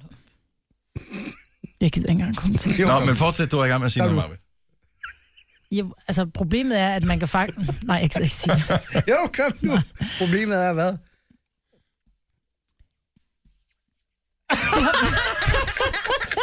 Jeg gider ikke engang komme til. Nå, men fortsæt, du er i gang med at sige noget, Marvind. Ja, altså, problemet er, at man kan faktisk... Nej, jeg kan ikke sige det. Jo, kom nu. Problemet er, hvad?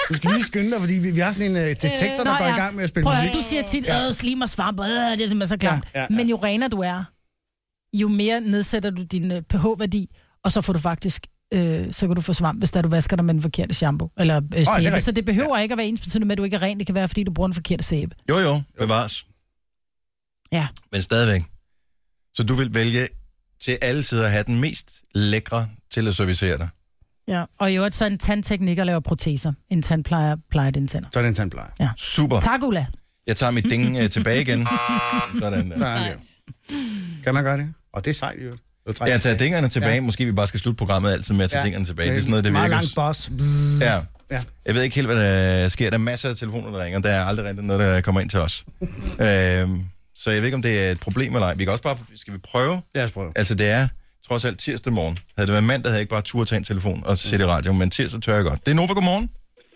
Du skal lige skynde dig, fordi vi, vi har sådan en uh, detektor, der Nå, går ja. i gang med at spille Prøv, musik. du siger tit, Ja. øh, slim og svamp, øh, det er simpelthen så klart. Ja, ja, ja. Men jo renere du er, jo mere nedsætter du din uh, pH-værdi, og så får du faktisk, øh, så kan du få svamp, hvis der du vasker dig med den forkerte shampoo, eller øh, det sæbe. er Så det behøver ja. ikke at være ensbetydende med, at du ikke er ren. Det kan være, fordi du bruger den forkerte sæbe. Jo, jo, bevares. Ja. Men stadigvæk. Så du vil vælge til alle sider at have den mest lækre til at servicere dig. Ja, og i øvrigt så en tandtekniker laver proteser. En tandplejer plejer dine tænder. Så er det en tandpleje. Ja. Super. Tak, Ulla. Jeg tager mit ding uh, tilbage igen. Sådan der. Sådan der. Kan man gøre det? Og det er sejt, jo. Jeg tager dingerne tilbage. Ja. Måske vi bare skal slutte programmet altid med at tage ja. dingerne tilbage. Det er sådan noget, det meget virker. langt boss. Ja. Ja. Jeg ved ikke helt, hvad der sker. Der er masser af telefoner, der ringer. Der er aldrig rigtig noget, der kommer ind til os. øhm, så jeg ved ikke, om det er et problem eller ej. Vi kan også bare... Skal vi prøve? Lad os prøve. Altså, det er trods alt tirsdag morgen. Havde det været mandag, havde jeg ikke bare tur tage en telefon og sætte i radio. Men tirsdag tør jeg godt. Det er Nova, godmorgen.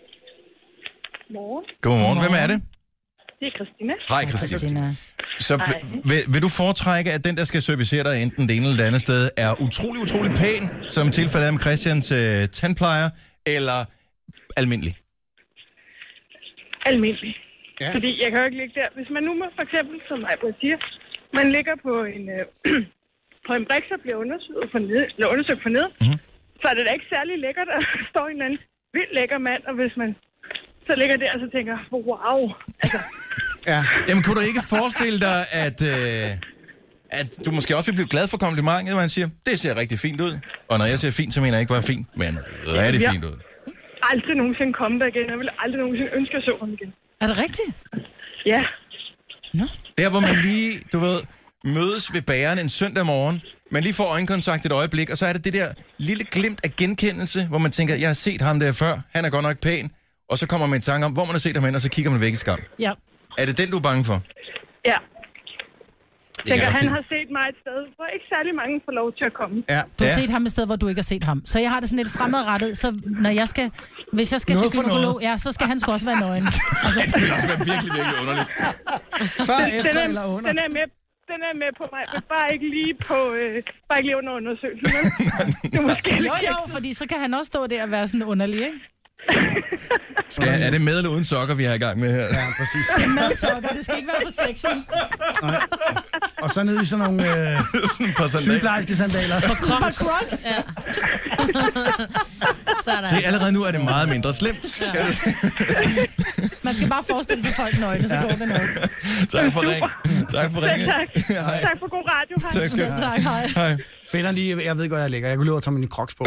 Morgen. Godmorgen. Hvem er det? Det er Christina. Hej, Christina. Christina. Så Hej. vil, vil du foretrække, at den, der skal servicere dig enten det ene eller det andet sted, er utrolig, utrolig pæn, som tilfældet er med Christians øh, tandplejer, eller almindelig? Almindelig. Ja. Fordi jeg kan jo ikke ligge der. Hvis man nu må, for eksempel, som mig siger, man ligger på en, øh, på en brik, der bliver undersøgt for ned, eller undersøgt for ned, mm-hmm. så er det da ikke særlig lækkert, at der står en anden vildt lækker mand, og hvis man så ligger der og så tænker, wow, altså... Ja. Jamen, kunne du ikke forestille dig, at, øh, at du måske også vil blive glad for komplimentet, hvor han siger, det ser rigtig fint ud. Og når jeg siger fint, så mener jeg ikke bare fint, men rigtig Ja. fint ud. Aldrig nogensinde komme der igen. Jeg vil aldrig nogensinde ønske at så ham igen. Er det rigtigt? Ja. Der, hvor man lige, du ved, mødes ved bageren en søndag morgen, man lige får øjenkontakt et øjeblik, og så er det det der lille glimt af genkendelse, hvor man tænker, jeg har set ham der før, han er godt nok pæn, og så kommer man i tanke om, hvor man har set ham hen, og så kigger man væk i skam. Ja. Er det den, du er bange for? Ja. Det Tænker, er han fint. har set mig et sted, hvor ikke særlig mange får lov til at komme. Ja. Du har Ja. set ham et sted, hvor du ikke har set ham. Så jeg har det sådan lidt fremadrettet, så når jeg skal, hvis jeg skal Noget til for gynekolog, noget. ja, så skal han sgu også være nøgen. Det vil også være virkelig, virkelig underligt. Før, Den efter er, eller under? den er med, den er med på mig, men bare ikke lige på, øh, bare ikke lige under undersøgelsen. Det er måske Jo, jo, fordi så kan han også stå der og være sådan underlig, ikke? Skal, er det med eller uden sokker, vi er i gang med her? Ja, præcis. Det er med sokker, det skal ikke være på sexen. Og så ned i sådan nogle øh, Sådan på sandaler. sygeplejerske sandaler. På Crocs. Ja. Sådan. Det er allerede nu er det meget mindre slemt. Ja. Man skal bare forestille sig folk nøgne, så går det nok. Tak for ring. Tak for ringen. Tak. Hej. Tak for god radio. Hej. Tak skal du have. Tak, hej. Hej. Fælderen lige, jeg ved godt, jeg ligger. Jeg kunne løbe og tage mine crocs på.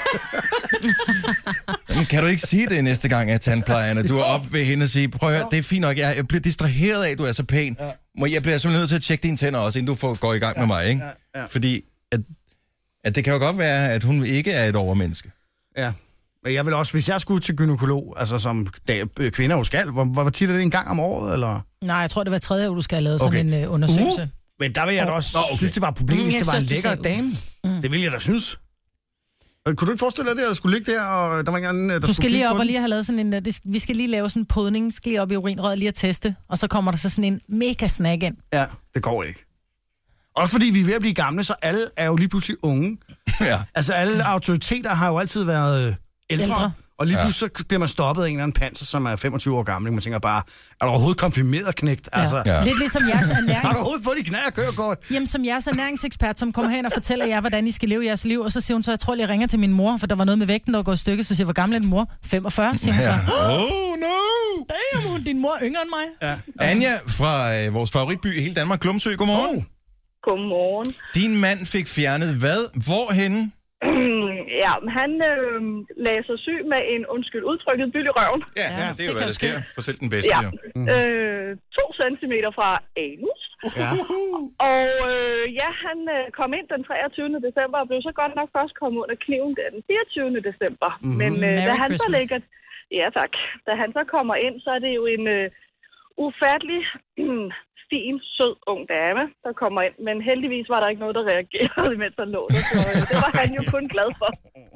Men kan du ikke sige det næste gang, at tandplejerne, du er op ved hende og sige, prøv at høre, det er fint nok, jeg, jeg bliver distraheret af, at du er så pæn. Ja. Må jeg bliver simpelthen nødt til at tjekke dine tænder også, inden du får, går i gang ja. med mig, ikke? Ja. Ja. Fordi at, at det kan jo godt være, at hun ikke er et overmenneske. Ja. Men jeg vil også, hvis jeg skulle til gynekolog, altså som da, øh, kvinder jo skal, hvor, hvor tit er det en gang om året, eller? Nej, jeg tror, det var tredje uge, du skal have lavet Okay. sådan en uh, undersøgelse. Uh, men der vil jeg da også Nå, oh, okay. okay. synes, det var et problem, hvis Mm, det jeg var en synes, lækker det ser dame. Mm. Det ville jeg da synes. Kunne du ikke forestille dig det, at jeg skulle ligge der, og der var ingen anden, der Du skulle skal kigge lige på op og den? lige have lavet sådan en... uh, det- Vi skal lige lave sådan en podning, skal lige op i urinrøret lige at teste, og så kommer der så sådan en mega snack ind. Ja, det går ikke. Også fordi vi er ved at blive gamle, så alle er jo lige pludselig unge. Ja. Altså alle autoriteter har jo altid været øh, ældre. Ældre. Og lige pludselig så bliver man stoppet af en eller anden panser, som er femogtyve år gammel. Man tænker bare, er du overhovedet konfirmeret knægt? Ja. Altså, Ja. Lidt ligesom jeres har du ernæring. overhovedet fået de knæer kørekort? Jamen, som jeres ernæringsekspert, som kommer hen og fortæller jer, hvordan I skal leve jeres liv, og så siger hun så, jeg tror, jeg ringer til min mor, for der var noget med vægten, der var gået i stykker, så siger jeg, hvor gammel er din mor? femogfyrre, siger hun Ja. så. Oh no! Damn, hun, din mor er yngre end mig. Ja. Anja fra øh, vores favoritby i hele Danmark, Glumsø, godmorgen. Oh. Godmorgen. Din mand fik fjernet hvad? Hvorhenne? Ja, han øh, lagde sig syg med en, undskyld udtrykket, byld i røven. Ja, ja, det er jo, hvad kan der ske. sker. For selv den bedste, Ja. jo. Øh, to centimeter fra anus. Ja. Og øh, ja, han øh, kom ind den treogtyvende december og blev så godt nok først kommet under kniven der den fireogtyvende december. Mm-hmm. Men øh, Merry da han så Christmas. ligger... Ja, tak. Da han så kommer ind, så er det jo en øh, ufattelig fin, sød, ung dame, der kommer ind. Men heldigvis var der ikke noget, der reagerede, mens han lå der. Så øh, det var han jo kun glad for.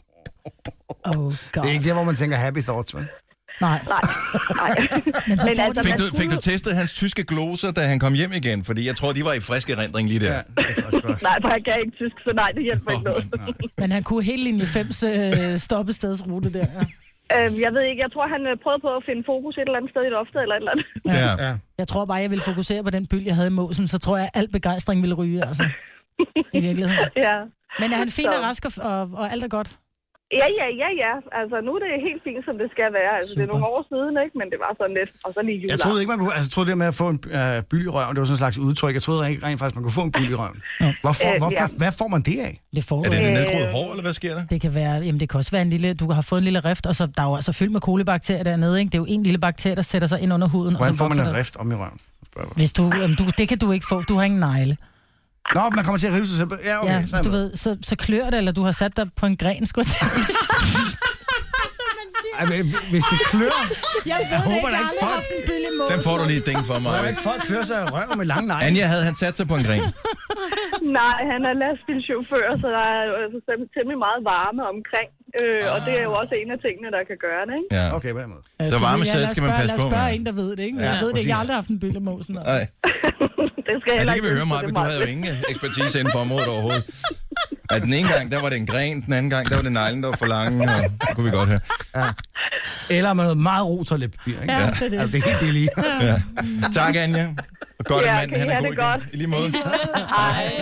Oh god. Det er ikke der, hvor man tænker happy thoughts, vel? Nej. Nej, nej. Men så Men får altså, de... Fik man du, skulle fik du jo- testet hans tyske gloser, da han kom hjem igen? Fordi jeg tror, de var i frisk erindring lige der. Ja, det er også godt. Nej, for han kan ikke tysk, så nej, det hjælper ikke noget. Men han kunne helt linje fems øh, stoppestedsrute der. Ja. Øh, jeg ved ikke, jeg tror, han prøvede på at finde fokus et eller andet sted i loftet eller et eller andet. Ja. Ja. Jeg tror bare, jeg ville fokusere på den byld, jeg havde i måsen, så tror jeg, at al begejstring ville ryge, altså. I virkeligheden. Ja. Men er han fin Så. og rask, og, og, og alt er godt? Ja, ja, ja, ja. Altså, nu er det helt fint, som det skal være. Altså, det er nogle år siden, ikke? Men det var sådan lidt. Og så lige juleaften. Jeg troede ikke, man kunne... Altså, jeg troede det med at få en øh, byld i røven, det var sådan en slags udtryk. Jeg troede ikke rent faktisk, man kunne få en byld i røven. Ja. Hvorfor, Øh, hvorfor, ja. hvad får man det af? Det får Er det du. en nedgroet hår, eller hvad sker der? Det kan være, jamen det kan også være en lille, du har fået en lille rift, og så der er jo altså fyldt med kolibakterier dernede, ikke? Det er jo en lille bakterie, der sætter sig ind under huden. Hvordan og så får man vokser en der- rift om i røven? Hvis du, jamen, du, det kan du ikke få, du har ingen negle. Nå, man kommer til at rive sig selv. Ja, okay. Ja, så er jeg du med. ved, så, så klør det, eller du har sat dig på en gren, skulle jeg til at sige. Ej, men hvis det klør... Jeg ved Jeg håber ikke, da jeg har ikke, aldrig folk- haft en byld i måsen. Den får du lige et ding for Må mig. ikke folk klør sig i røven med lange negle? Anja, havde han sat sig på en gren? Nej, han er lastbilchauffør, så der er jo altså temmelig meget varme omkring. Øh, og det er jo også en af tingene, der kan gøre det, ikke? Ja. Okay, på den måde. Jeg Så skulle varmesædet lige- ja, skal man lad os passe spørge- på Lad os spørge med. en, der ved det, ikke? Ja, Jeg ved det ikke, jeg har præcis. aldrig haft en byld i måsen. Altså. Nej. Det skal Ja, heller det kan vi høre, vide, Maja, det men er du havde jo meget. ingen ekspertise inden for området overhovedet. At den ene gang, der var det en gren, den anden gang, der var det neglen, der var for lange, og det kunne vi godt høre. Ja. Eller med noget meget ro toiletpapir, ikke? Ja, det er det. Altså, det er helt billigt. Ja. Tak, Anja. Og godt, Ja, at manden, kan I han er have god det igen. godt? I lige måde. Hej.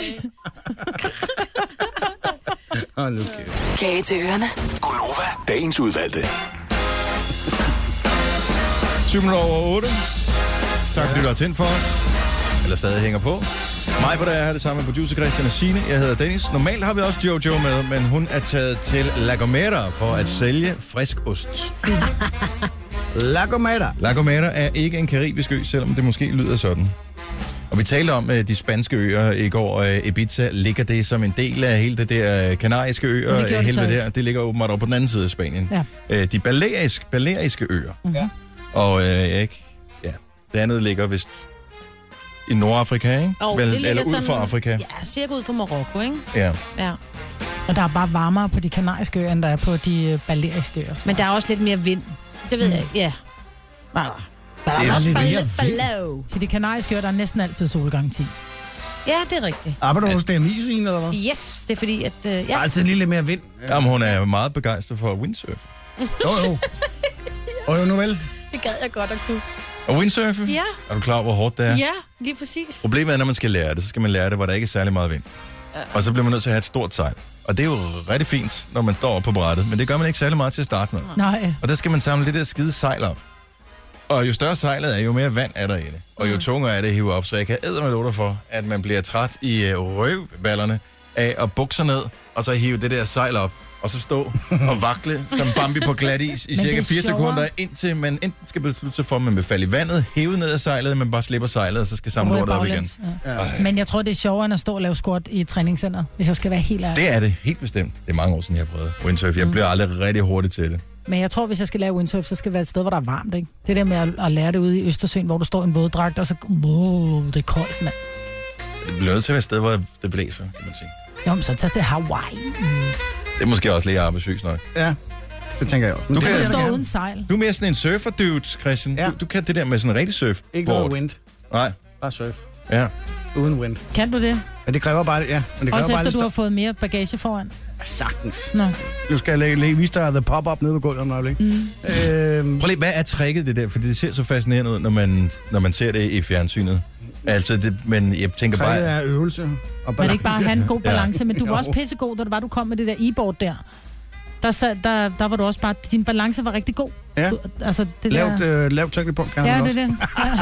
Hold nu kæft. Kage til ørerne. Gonova, dagens udvalgte. syv minutter over otte. Tak fordi du har tændt for os. Eller stadig hænger på. Mig på der er det samme med producer Christian og Signe. Jeg hedder Dennis. Normalt har vi også Jojo med, men hun er taget til La Gomera for at sælge frisk ost. La Gomera. La Gomera er ikke en karibisk ø, selvom det måske lyder sådan. Og vi talte om uh, de spanske øer i går. Uh, Ibiza ligger det som en del af hele det der kanariske øer. Men det gjorde det så Helvede ikke. der. Det ligger åbenbart over på den anden side af Spanien. Ja. Uh, de baleariske, baleariske øer. Mhm. Og uh, ikke, ja, det andet ligger vist i Nordafrika, ikke? Og Vel, det ligger eller ud sådan- for Afrika. Ja, cirka ud for Marokko, ikke? Ja. Ja. Og der er bare varmere på de kanariske øer, end der er på de øh, baleariske øer. Men der er også lidt mere vind. Det ved Mm. jeg ikke. Ja. Der Det er er lidt Fallow. Til de kanariske øer, der er næsten altid solgaranti. Ja, det er rigtigt. Arbejder du hos D M I, Signe, eller hvad? Yes, det er fordi, at... Uh, Der er ja. altid lige lidt mere vind. Jamen, hun er meget begejstret for windsurf. Jo, jo. Og jo, nu vel. Det gad jeg godt at kunne. Og windsurfe? Ja. Er du klar over, hvor hårdt det er? Ja, lige præcis. Problemet er, når man skal lære det, så skal man lære det, hvor der ikke er særlig meget vind. Og så bliver man nødt til at have et stort sejl. Og det er jo rigtig fint, når man står på brættet, men det gør man ikke særlig meget til at starte med. Nej. Og der skal man samle det der skide sejl op. Og jo større sejlet er, jo mere vand er der i det. Og jo tungere er det at hive op, så jeg kan æde med for, at man bliver træt i øh, røvballerne af at bukke sig ned, og så hive det der sejl op, og så stå og vakle som Bambi på glat is i Men cirka det er fire sjovere. sekunder, indtil man enten skal beslutte sig for, at man vil falde i vandet, hæve ned af sejlet, men bare slipper sejlet, og så skal samle Ryger lortet op igen. baglæns, ja. Men jeg tror, det er sjovere, end at stå og lave squat i et træningscenter, hvis jeg skal være helt ærlig. Det er det, helt bestemt. Det er mange år siden, jeg har prøvet windsurf. Jeg bliver aldrig rigtig hurtigt til det. Men jeg tror, hvis jeg skal lære windsurf, så skal det være et sted, hvor der er varmt, ikke? Det der med at, at lære det ude i Østersøen, hvor du står i en våddragt, og så... Wow, det er koldt, mand. Det bliver nødt til at være et sted, hvor det blæser, kan man sige. Jo, men så tag til Hawaii. Det er måske også lidt arbejdssygt nok. Ja, det tænker jeg også. Men Du det kan- vil Du jeg står gerne. uden sejl. Du er mere sådan en surfer-dude, Christian. Ja. Du, du kan det der med sådan en rigtig surf. Ikke noget wind, Nej, bare surf. ja. Uden wind. Kan du det? Men det kræver bare, ja, men det kræver Også bare efter, lidt du har fået mere bagage foran. større- Sagtens. Nå. Nu skal jeg lægge, lægge vise dig the pop-up nede på gulvet om et øjeblik. Mm. Øhm, Prøv lige, hvad er tricket det der? Fordi det ser så fascinerende ud, når man, når man ser det i fjernsynet. Altså, det, men jeg tænker Trækket bare... er øvelse og Men balance. ikke bare have en god balance, Ja. men du var Jo. også pissegod, da du var, du kom med det der e-board der. Der, sad, der, der var du også bare... Din balance var rigtig god. Ja. Du, altså, det Lavt, der... øh, lavt tyngdepunkt kan Ja, man det er også.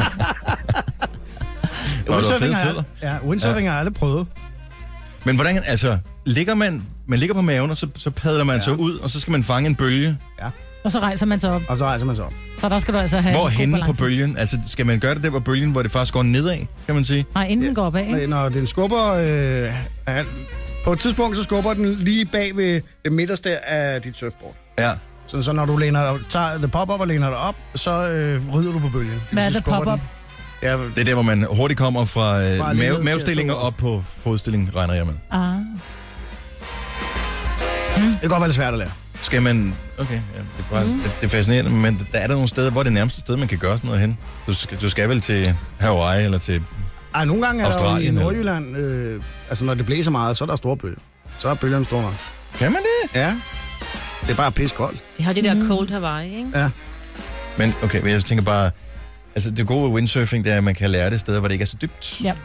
det. Ja. Nå, du har Windsurfing fede har jeg- fødder. Ja, windsurfing har jeg aldrig prøvet. Men hvordan, altså, ligger man... Man ligger på maven, og så, så padler man ja. så ud, og så skal man fange en bølge. Og så rejser man sig op. Og så rejser man sig op. Så der skal du altså have Hvor en god henne på balance. bølgen? Altså, skal man gøre det der på bølgen, hvor det faktisk går nedad, kan man sige? Nej, inden den går opad, ikke? Når den skubber... Øh, han- på et tidspunkt, så skubber den lige bag ved det midterste af dit surfboard. Ja. Så, så når du læner dig, tager the pop-up og læner dig op, så øh, rydder du på bølgen. Det vil Hvad er sige, det skubber pop-up? den- Ja, Det er der, hvor man hurtigt kommer fra, øh, Fra lige mave, ned til mavestillinger at stå op på fodstilling, regner jeg med. Ah. det kan godt være lidt svært at lære. Skal man... Okay, ja, det, er bare, mm. det, det er fascinerende, men der er der nogle steder, hvor det er nærmeste sted, man kan gøre sådan noget hen. Du skal, du skal vel til Hawaii eller til... Ej, nogle gange er der jo i Australien, eller? Nordjylland, øh, altså når det blæser meget, så er der store bølger. Så er bølgerne store nok. Kan man det? Ja. Det er bare piskoldt. De har det der cold Hawaii, ikke? Ja. Men okay, men jeg tænker bare... Altså, det gode ved windsurfing, det er, at man kan lære det steder, hvor det ikke er så dybt. Ja.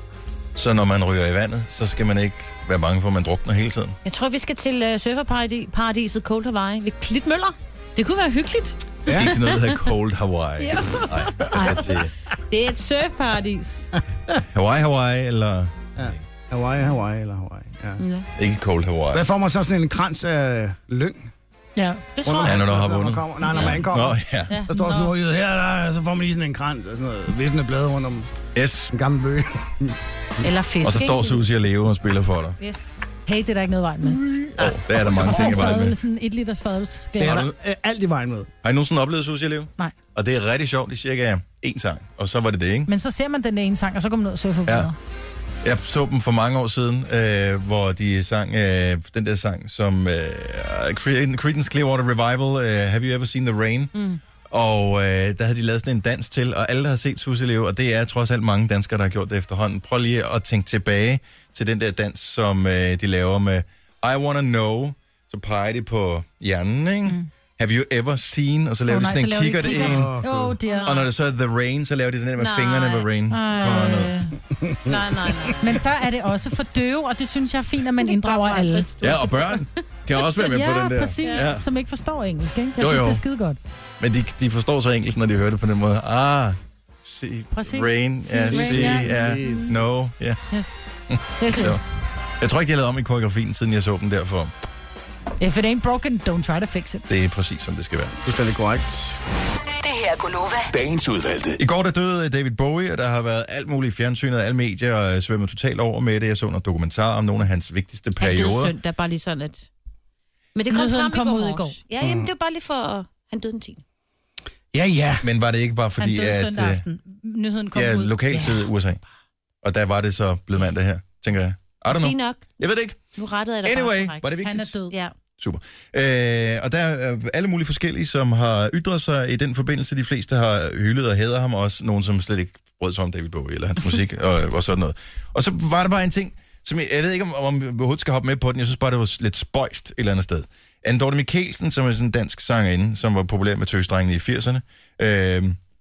Så når man ryger i vandet, så skal man ikke være bange for, at man drukner hele tiden. Jeg tror, vi skal til uh, surferparadiset Cold Hawaii ved Klitmøller. Det kunne være hyggeligt. Det skal ikke til noget, der hedder Cold Hawaii. Ja. Nej, det... det er et surfparadis. Hawaii, Hawaii, eller... Ja. Hawaii, Hawaii eller Hawaii. Ja. Ja. Ikke Cold Hawaii. Hvad får man så sådan en krans af lyng? Ja, det tror jeg. Ja, når du har vundet. Kommer, nej, når man ankommer. Nå, ja. Der står sådan noget her, der, så får man lige sådan en krans og sådan noget visne blade rundt om yes. en gammel bøge. Eller fisk. Og så står Susie og Leo og spiller for dig. Yes. Hey, det er der ikke noget vejen med. Åh, oh, der er der mange ting i vejen med. Sådan et liters fadelsglas. Det er der alt i vejen med. Har I nogensinde oplevet Susie og Leo? Nej. Og det er rigtig sjovt. Det er cirka én sang, og så var det det, ikke? Men så ser man den ene sang, og så kommer man ud og surfer ja. videre. Jeg så dem for mange år siden, øh, hvor de sang øh, den der sang, som øh, Creedence Clearwater Revival, øh, Have You Ever Seen the Rain? Mm. Og øh, der havde de lavet sådan en dans til, og alle har set Susie Leo, og det er trods alt mange danskere, der har gjort det efterhånden. Prøv lige at tænke tilbage til den der dans, som øh, de laver med I Wanna Know, så peger de på hjernen, ikke? Mm. Have you ever seen? Og så laver oh, de sådan en kikkert en. Oh, og når det så er The Rain, så laver de den der med nej. fingrene med Rain. Nej. nej, nej, nej. Men så er det også for døve, og det synes jeg er fint, at man inddrager alle. Ja, og børn kan også være med ja, på den der. Præcis, ja, som ikke forstår engelsk, ikke? Jeg jo, synes, jo. det er skide godt. Men de, de forstår så engelsk, når de hører det på den måde. Ah, see, præcis. rain, ja, yeah, see, ja, yeah, no, ja. Yeah. Yes, yes, yes. Jeg tror ikke, de har lavet om i koreografien, siden jeg så den derfor. If it ain't broken, don't try to fix it. Det er præcis, som det skal være. Fuldstændig korrekt. Det her er Gunova. Dagens udvalgte. I går der døde David Bowie, og der har været alt muligt i fjernsynet, alle medier og svømmer totalt over med det. Jeg så nogle dokumentarer om nogle af hans vigtigste perioder. Han døde søndag, bare lige sådan et... Men det kom frem kom ud i går. Ja, jamen, det var bare lige for... Han døde den tiende. Ja, ja. Men var det ikke bare fordi, at... Han døde søndag at, aften. Nyheden kom ja, ud. Ja, lokaltid ja. U S A. Og der var det så blevet mandag her, tænker jeg. I don't know. Fint nok. Jeg ved det ikke. Nu rettede jeg dig anyway, bare var det vigtigt? Han er død. Ja. Super. Øh, og der er alle mulige forskellige, som har ytret sig i den forbindelse. De fleste har hyldet og hæder ham, også nogen, som slet ikke brød sig om David Bowie eller hans musik og, og sådan noget. Og så var der bare en ting, som jeg, jeg ved ikke, om, om vi overhovedet skal hoppe med på den. Jeg synes bare, det var lidt spøjst et eller andet sted. Anne Dorte Mikkelsen, som er sådan en dansk sangerinde, som var populær med tøsdrengene i firserne. Øh,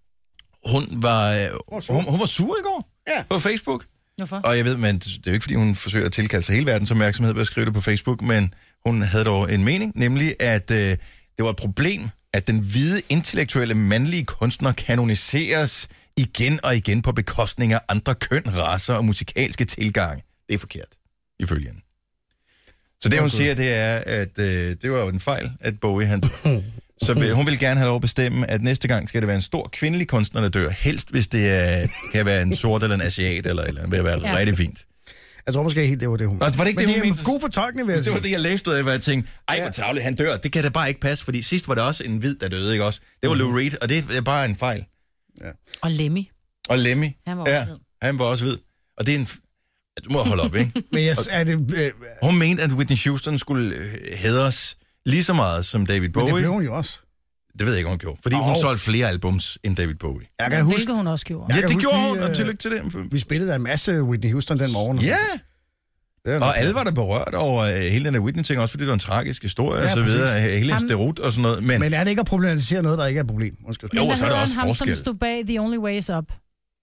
hun, var, hun, hun var sur i går ja. på Facebook. Hvorfor? Og jeg ved, men det er jo ikke, fordi hun forsøger at tilkalde sig hele verdens opmærksomhed ved at skrive det på Facebook, men hun havde dog en mening, nemlig at øh, det var et problem, at den hvide, intellektuelle, mandlige kunstner kanoniseres igen og igen på bekostning af andre køn, racer og musikalske tilgange. Det er forkert, ifølge hende. Så det, hun siger, det er, at øh, det var jo en fejl, at Bowie han Så vil, hun vil gerne have lov at bestemme, at næste gang skal det være en stor kvindelig kunstner, der dør. Helst, hvis det er, kan være en sort eller en asiat, eller eller vil være ja. rigtig fint. Jeg tror måske helt, det var det, hun... Nå, var det ikke Men det, det hun er en god fortolkning, vil jeg sige. Det var det, jeg læste ud af, hvor jeg tænkte, ej, hvor tavligt, han dør. Det kan da bare ikke passe, fordi sidst var det også en hvid, der døde, ikke også? Det var mm-hmm. Lou Reed, og det er bare en fejl. Ja. Og Lemmy. Og Lemmy. Han var også ja, hvid. han var også hvid. Og det er en... Du må holde op, ikke? Men jeg, er det, øh... Hun mente, at Whitney Houston skulle hædres lige så meget som David Bowie. Men det blev hun jo også. Det ved jeg ikke, hun gjorde. Fordi oh. hun solgte flere albums end David Bowie. Jeg kan huske, hvilket hun også gjorde. Ja, det huske, gjorde hun, vi, og tillykke til det. Vi spillede en masse Whitney Houston den morgen. Ja, og og alle var der berørt over hele den der Whitney-ting, også fordi det var en tragisk historie ja, og så videre, hele hendes derut og sådan noget. Men, men er det ikke at problematisere noget, der ikke er et problem? Undskyld. Jo, så er der også ham, forskel. Som stod bag The Only Way Is Up.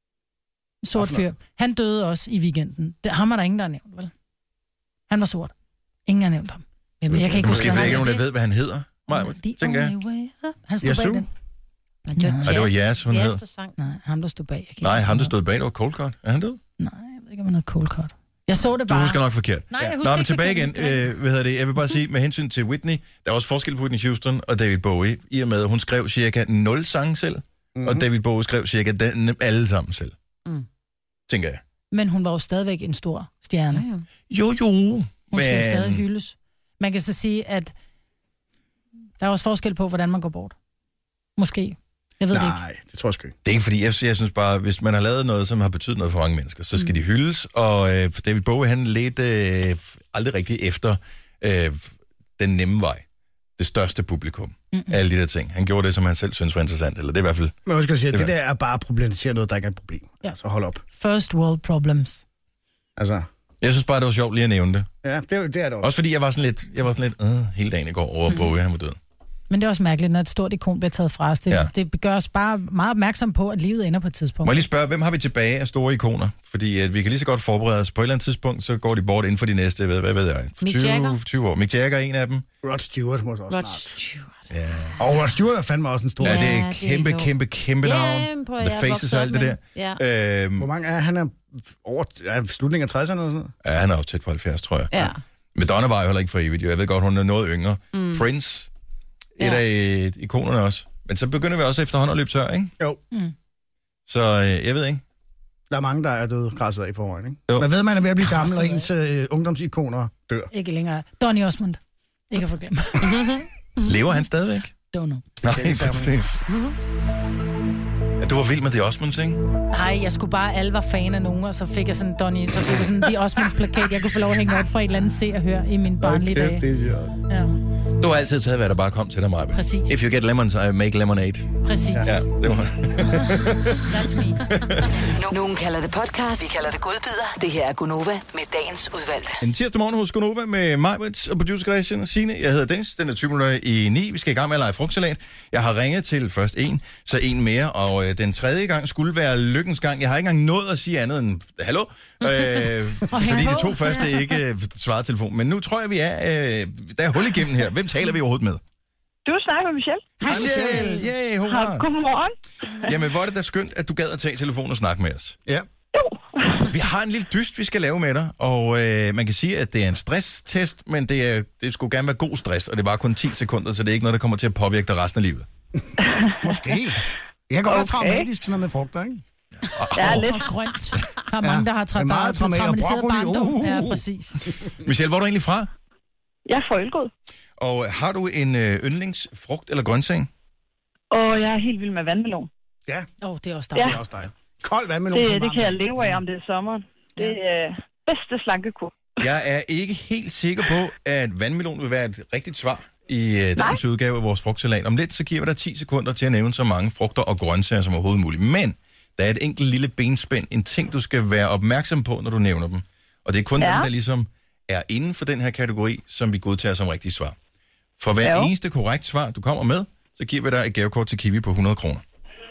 Sort fyr. Han døde også i weekenden. Det, ham er der ingen, der har nævnt, vel? Han var sort. Ingen har nævnt ham. Jeg, jeg kan ikke Måske huske, ikke nogen, der ved, hvad han hedder. Maja, tænker jeg. Han stod bag den. Nej, det var Jazz, hun hed. Nej, ham der stod bag. Nej, ham der stod bag, det var Cold Cut. Er han død? Nej, jeg ved ikke, om han havde Cold Cut. Jeg så det bare. Du husker nok forkert. Nej, jeg husker Nå, men ikke tilbage igen. Øh, hvad hedder det? Jeg vil bare sige, med hensyn til Whitney, der er også forskel på Whitney Houston og David Bowie, i og med, at hun skrev cirka nul sange selv, mm-hmm. og David Bowie skrev cirka den, alle sammen selv. Mm. Tænker jeg. Men hun var jo stadigvæk en stor stjerne. Ja, ja. Jo, jo. Hun men... skulle stadig hyldes. Man kan så sige, at der er også forskel på, hvordan man går bort. Måske. Jeg ved Nej, det ikke. Nej, det tror jeg sgu ikke. Det er ikke fordi, jeg, jeg synes bare, hvis man har lavet noget, som har betydet noget for mange mennesker, så skal mm. de hyldes. Og øh, David Bowie, han ledte øh, aldrig rigtig efter øh, den nemme vej. Det største publikum. Mm-hmm. Alle de der ting. Han gjorde det, som han selv synes var interessant. Eller det er i hvert fald... Men jeg skal sige, det, det der er bare at problematisere noget, der ikke er et problem. Ja. Altså, hold op. First world problems. Altså... Jeg synes bare, det var sjovt lige at nævne det. Ja, det, det er det også. Også fordi jeg var sådan lidt, jeg var sådan lidt øh, hele dagen i går over på, mm. at han var død. Men det er også mærkeligt, når et stort ikon bliver taget fra os. Det, ja. det gør os bare meget opmærksom på, at livet ender på et tidspunkt. Må jeg lige spørge, hvem har vi tilbage af store ikoner? Fordi at vi kan lige så godt forberede os. På et eller andet tidspunkt, så går de bort inden for de næste, hvad, hvad ved jeg, tyve, tyve år. Mick Jagger er en af dem. Rod Stewart måske også Rod snart. Stewart. Ja. Og Rod Stewart er fandme også en stor. Ja, det er Ja, et kæmpe, det er kæmpe, kæmpe navn. Yeah, The Faces og alt det der. Ja. Øhm, Hvor mange er han? Er over ja, slutningen af tresserne eller sådan noget? ja, han er også tæt på halvfjerds, tror jeg. Ja. Madonna var jo heller ikke for evigt. Jo. Jeg ved godt, hun er noget yngre. Mm. Prince, et Ja. af ikonerne også. Men så begynder vi også efterhånden at løbe tør, ikke? Jo. Mm. Så øh, jeg ved ikke. Der er mange, der er døde græsset af i forvejen, ikke? Jo. Man ved, man er ved at blive gammel, og Græsset ens øh, ungdomsikoner dør. Ikke længere. Donny Osmond. Ikke at forglemme. Lever han stadigvæk? Don't know. Nej, præcis. Ja, du var vild med The Osmonds, ikke? Nej, jeg skulle bare, alle var fan af nogen, og så fik jeg sådan Donny, så fik jeg sådan The Osmonds plakat, jeg kunne få lov at hænge op fra et eller andet se og høre i min barnlige dage. det er sjovt. Ja, Du har altid taget, hvad der bare kom til dig, Maja. præcis. If you get lemons, I make lemonade. Præcis. Ja, det var... That's me. No- Nogen kalder det podcast, vi kalder det godbider. Det her er Gunova med dagens udvalgte. En tirsdag morgen hos Gunova med Majbrits og producer Christian og Signe. Jeg hedder Dennis, den er tyve minutter i ni. Vi skal i gang med at lege frugtsalat. Jeg har ringet til først en, så en mere, og øh, den tredje gang skulle være lykkens gang. Jeg har ikke engang nået at sige andet end hallo, øh, fordi de to første ikke øh, svarede telefon. Men nu tror jeg, vi er... Øh, der er hul igennem her. Hvem taler vi overhovedet med? Du snakker med Michelle. Hej Michelle! Yay, hurra! Godmorgen. Jamen, hvor er det da skønt, at du gad at tage telefonen og snakke med os. Ja. Vi har en lille dyst, vi skal lave med dig, og øh, man kan sige, at det er en stresstest, men det, er, det skulle gerne være god stress, og det var kun ti sekunder, så det er ikke noget, der kommer til at påvirke dig resten af livet. Måske. Jeg kan godt være Okay. traumatisk sådan noget med frugter, ikke? Jeg er lidt. Og grønt. Der er mange, der har tra- det er der meget har traumatisk. traumatiseret Broccoli, barndom. uh. Ja, præcis. Michelle, hvor er du egentlig fra? Jeg er forelgået. Og har du en øh, yndlingsfrugt eller grøntsag? Og jeg er helt vild med vandmelon. Ja, Åh, oh, det er også Ja. dejligt. det er også dig. Kold vandmelon. Det, på det varmt kan jeg vand. leve af, om det er sommeren. Det er øh, bedste slankekur. Jeg er ikke helt sikker på, at vandmelon vil være et rigtigt svar i øh, dagens udgave af vores frugtsalat. Om lidt, så giver vi dig ti sekunder til at nævne så mange frugter og grøntsager som overhovedet muligt. Men der er et enkelt lille benspænd, en ting, du skal være opmærksom på, når du nævner dem. Og det er kun Ja. dem, der ligesom er inden for den her kategori, som vi godtager som rigtige svar. For hver Jo. eneste korrekt svar, du kommer med, så giver vi dig et gavekort til Kiwi på hundrede kroner.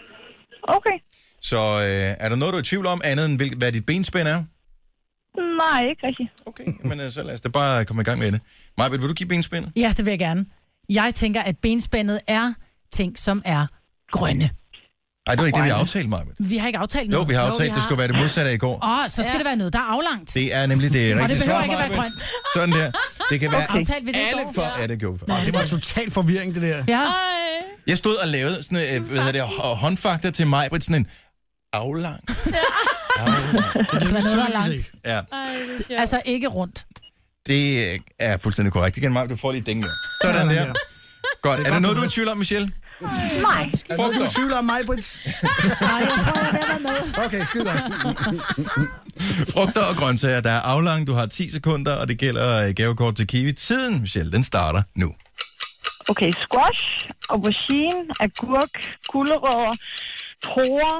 Okay. Så øh, er der noget, du er i tvivl om, andet end hvil- hvad dit benspænd er? Nej, ikke rigtigt. Okay, men øh, så lad os da bare komme i gang med det. Maja, vil du give benspændet? Ja, det vil jeg gerne. Jeg tænker, at benspændet er ting, som er grønne. Nej, det var ikke det, vi aftalte, Maja. Vi har ikke aftalt Jo, noget. vi har aftalt, det skulle være det modsatte af i går. Åh, oh, så skal Ja. det være noget, der er aflangt. Det er nemlig det rigtige Og det behøver svar, ikke at være Maja. grønt. Sådan der. Det kan være Aftalte vi det i alle går? for, ja, det gjorde vi. Åh, det var total forvirring, det der. Ja. Jeg stod og lavede sådan øh, hvad hedder det, hå- håndfakter til mig, sådan en aflang. Det skal være noget, der er langt. Ja, Altså ikke rundt. det er fuldstændig korrekt. Igen, Maja, du får lige dænge der. Sådan der. Godt. Er der noget, du er i tvivl om, Michelle? Nej. Er du i tvivl om mig, Brits? Nej, jeg tror, jeg vil være med. Okay, skid godt. Frugter og grøntsager, der er aflang. Du har ti sekunder, og det gælder øh, gavekort til Kiwi. Tiden, Michelle, den starter nu. Okay, squash, aubergine, agurk, gulerødder, porer,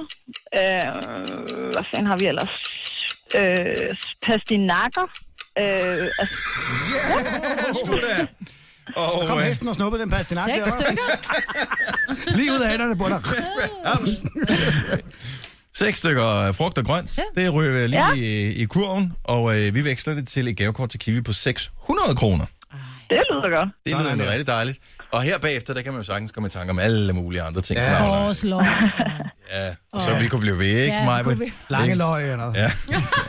øh, hvad fanden har vi ellers? Øh, pastinakker, øh, altså, Sgu da. Og, Kom øh, hesten og snuppe den pastinak Seks der. stykker. Lige ud af hænderne på dig. Seks stykker frugt og grønt. Ja. Det ryger lige Ja. i, i kurven, og øh, vi veksler det til et gavekort til Kiwi på seks hundrede kroner. det lyder godt. Det Sådan lyder der. rigtig dejligt. Og her bagefter, der kan man jo sagtens komme i tanke om alle mulige andre ting. Ja. som er aflang. Foreslår. Ja, så vi kunne blive ved, ikke, Ja, Maja? kunne vi. Lange løg eller noget. Ja.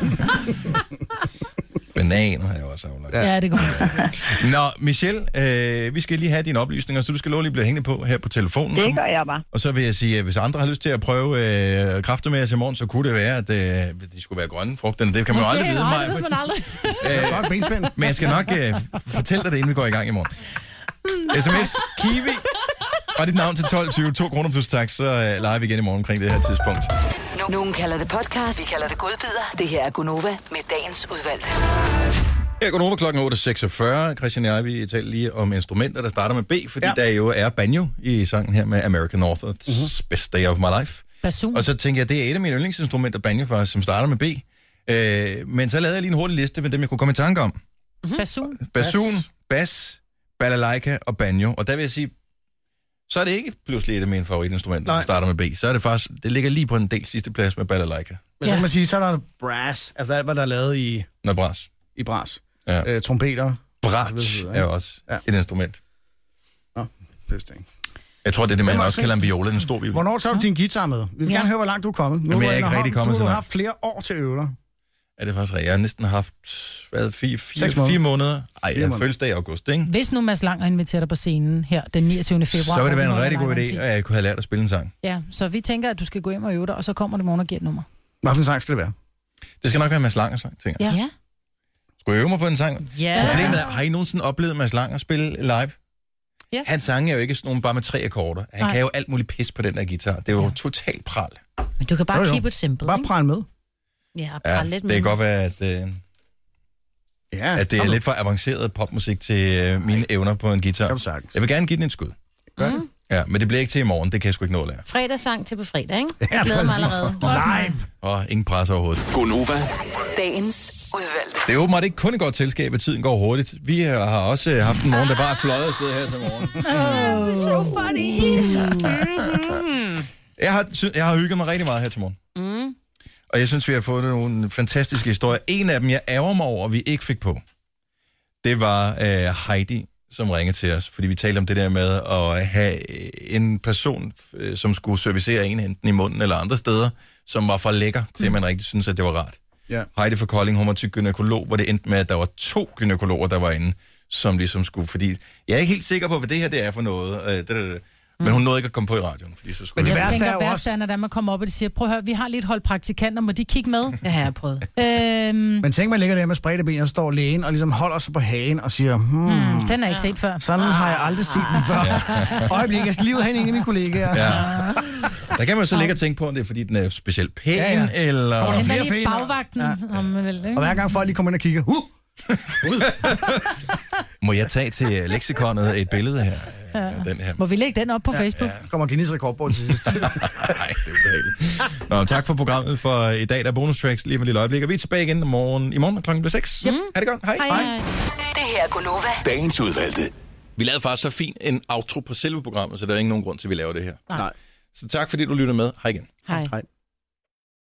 Bananer har jeg også aflagt. Ja, det kommer sige. Nå, Michelle, øh, vi skal lige have dine oplysninger, så du skal lov lige blive hængende på her på telefonen. Det gør jeg bare. Og så vil jeg sige, at hvis andre har lyst til at prøve øh, kræfter med os i morgen, så kunne det være, at øh, de skulle være grønne frugterne. Det kan man jo aldrig vide, Nej, Maja. det ved man aldrig. Godt benspænd. Men jeg skal nok øh, fortælle dig det, inden vi går i gang i morgen. sms Kiwi og dit navn til tolv tyve, to kroner plus tax, så øh, leger vi igen i morgen omkring det her tidspunkt. No- Nogen kalder det podcast, vi kalder det godbider. Det her er Gunova med dagens udvalgte. Her går over klokken otte seksogfyrre. Christian og jeg, vi taler lige om instrumenter, der starter med B, fordi ja. Ja. der jo er banjo i sangen her med American North, mm-hmm. Best Day of My Life. Basun. Og så tænker jeg, det er et af mine yndlingsinstrumenter, banjo faktisk, som starter med B. Øh, men så lavede jeg lige en hurtig liste med dem, jeg kunne komme i tanke om. Mm-hmm. Basun. Basun, bas, balalaika og banjo. Og der vil jeg sige, så er det ikke pludselig et af mine favoritinstrumenter, der starter med B. Så er det faktisk, det ligger lige på en del sidste plads med balalaika. Men så kan man sige, så er der brass, altså alt, hvad der er lavet i... Nå, bras. I bras. Ja. Øh, trompeter. Bratsch er jo også ja. et instrument. Nå, det er det. Jeg tror, det er det, man også kalder en viola, en stor viola. Hvornår tager du din guitar med? Vi vil ja. gerne høre, hvor langt du er kommet. Nu Jamen, jeg er ikke rigtig kommet så langt. Du har haft flere år til at øve dig. Er det faktisk rigtigt? Jeg har næsten haft hvad, fire, fire, måneder. fire måneder. Ej, jeg har fødselsdag i august, ikke? Hvis nu Mads Langer inviterer dig på scenen her den niogtyvende februar... Så vil det være en rigtig god idé, at jeg kunne have lært at spille en sang. Ja, så vi tænker, at du skal gå hjem og øve dig, og så kommer det morgen og giver et nummer. Hvad for en sang skal det være? Det skal nok være Mads Langer sang, tænker jeg. Ja. Skulle jeg øve mig på en sang? Ja. Problemet er, har I nogensinde oplevet Mads Langer spille live? Ja. Hans sange er jo ikke sådan nogen bare med tre akkorder. Han Nej. kan jo alt muligt pis på den der guitar. Det er jo ja. totalt pral. Men du kan bare jo, jo. keep it simple, bare pral med. Ja, pral ja, lidt med. Det kan godt være, at, øh, ja, at det er lidt for avanceret popmusik til øh, mine Ej. evner på en guitar. Jeg vil gerne give den et skud. Mm. Ja, men det bliver ikke til i morgen. Det kan jeg sgu ikke nå at lære. Fredagssang til på fredag, ikke? Jeg ja, glæder mig allerede. Live! Og ingen pres overhovedet. Gonova. Dagens udvalgte. Det er åbenbart ikke kun et godt selskab, at tiden går hurtigt. Vi har også haft en morgen, der bare er fløjet afsted her til morgen. Oh, so funny. jeg, har, jeg har hygget mig rigtig meget her til morgen. Mm. Og jeg synes, vi har fået nogle fantastiske historier. En af dem, jeg ærger mig over, vi ikke fik på, det var øh, Heidi, som ringede til os. Fordi vi talte om det der med at have en person, øh, som skulle servicere en enten i munden eller andre steder, som var for lækker til, at man rigtig synes, at det var rart. Ja. Heidi fra Kolding, hun var til gynækolog, hvor det endte med, at der var to gynækologer, der var inde, som ligesom skulle... Fordi jeg er ikke helt sikker på, hvad det her det er for noget. Øh, det, det, det. Men hun nåede ikke at komme på i radioen, fordi så skulle... Men jeg jeg tænker, er værst også... er, når man kommer op, og de siger, prøv at høre, vi har lige et hold praktikanter, må de kigge med? Det har jeg prøvet. Øhm... Men tænk, man ligger der med spredte ben og står lægen og ligesom holder sig på hagen og siger, hmm, hmm den har jeg ikke set før. Sådan har jeg aldrig set den før. Ja. Øjeblik, jeg skal lige ud hen en af mine kollegaer. Ja. Der kan man så ligge og tænke på, om det er, fordi den er specielt pæn, ja, ja. eller... Og den er lige bagvagten, ja. om vel, ikke? Og hver gang folk lige kommer ind og kigger, uh! Må jeg tage til leksikonet et billede her? Ja. Den her. Må vi lægge den op på ja, Facebook? Ja. Kommer Guinness rekordbord til sidst. Nej, det er ubehageligt. Nå, tak for programmet for i dag. Der er bonus tracks lige med et lille øjeblik. Og vi er tilbage igen i morgen, i morgen klokken seks. Yep. Ha' det godt. Hej. Hej. Hej. Det her er Gonova. Dagens udvalgte. Vi lavede faktisk så fint en outro på selve programmet, så der er ikke nogen grund til, at vi laver det her. Nej. Så tak fordi du lyttede med. Hej igen. Hej. Hej.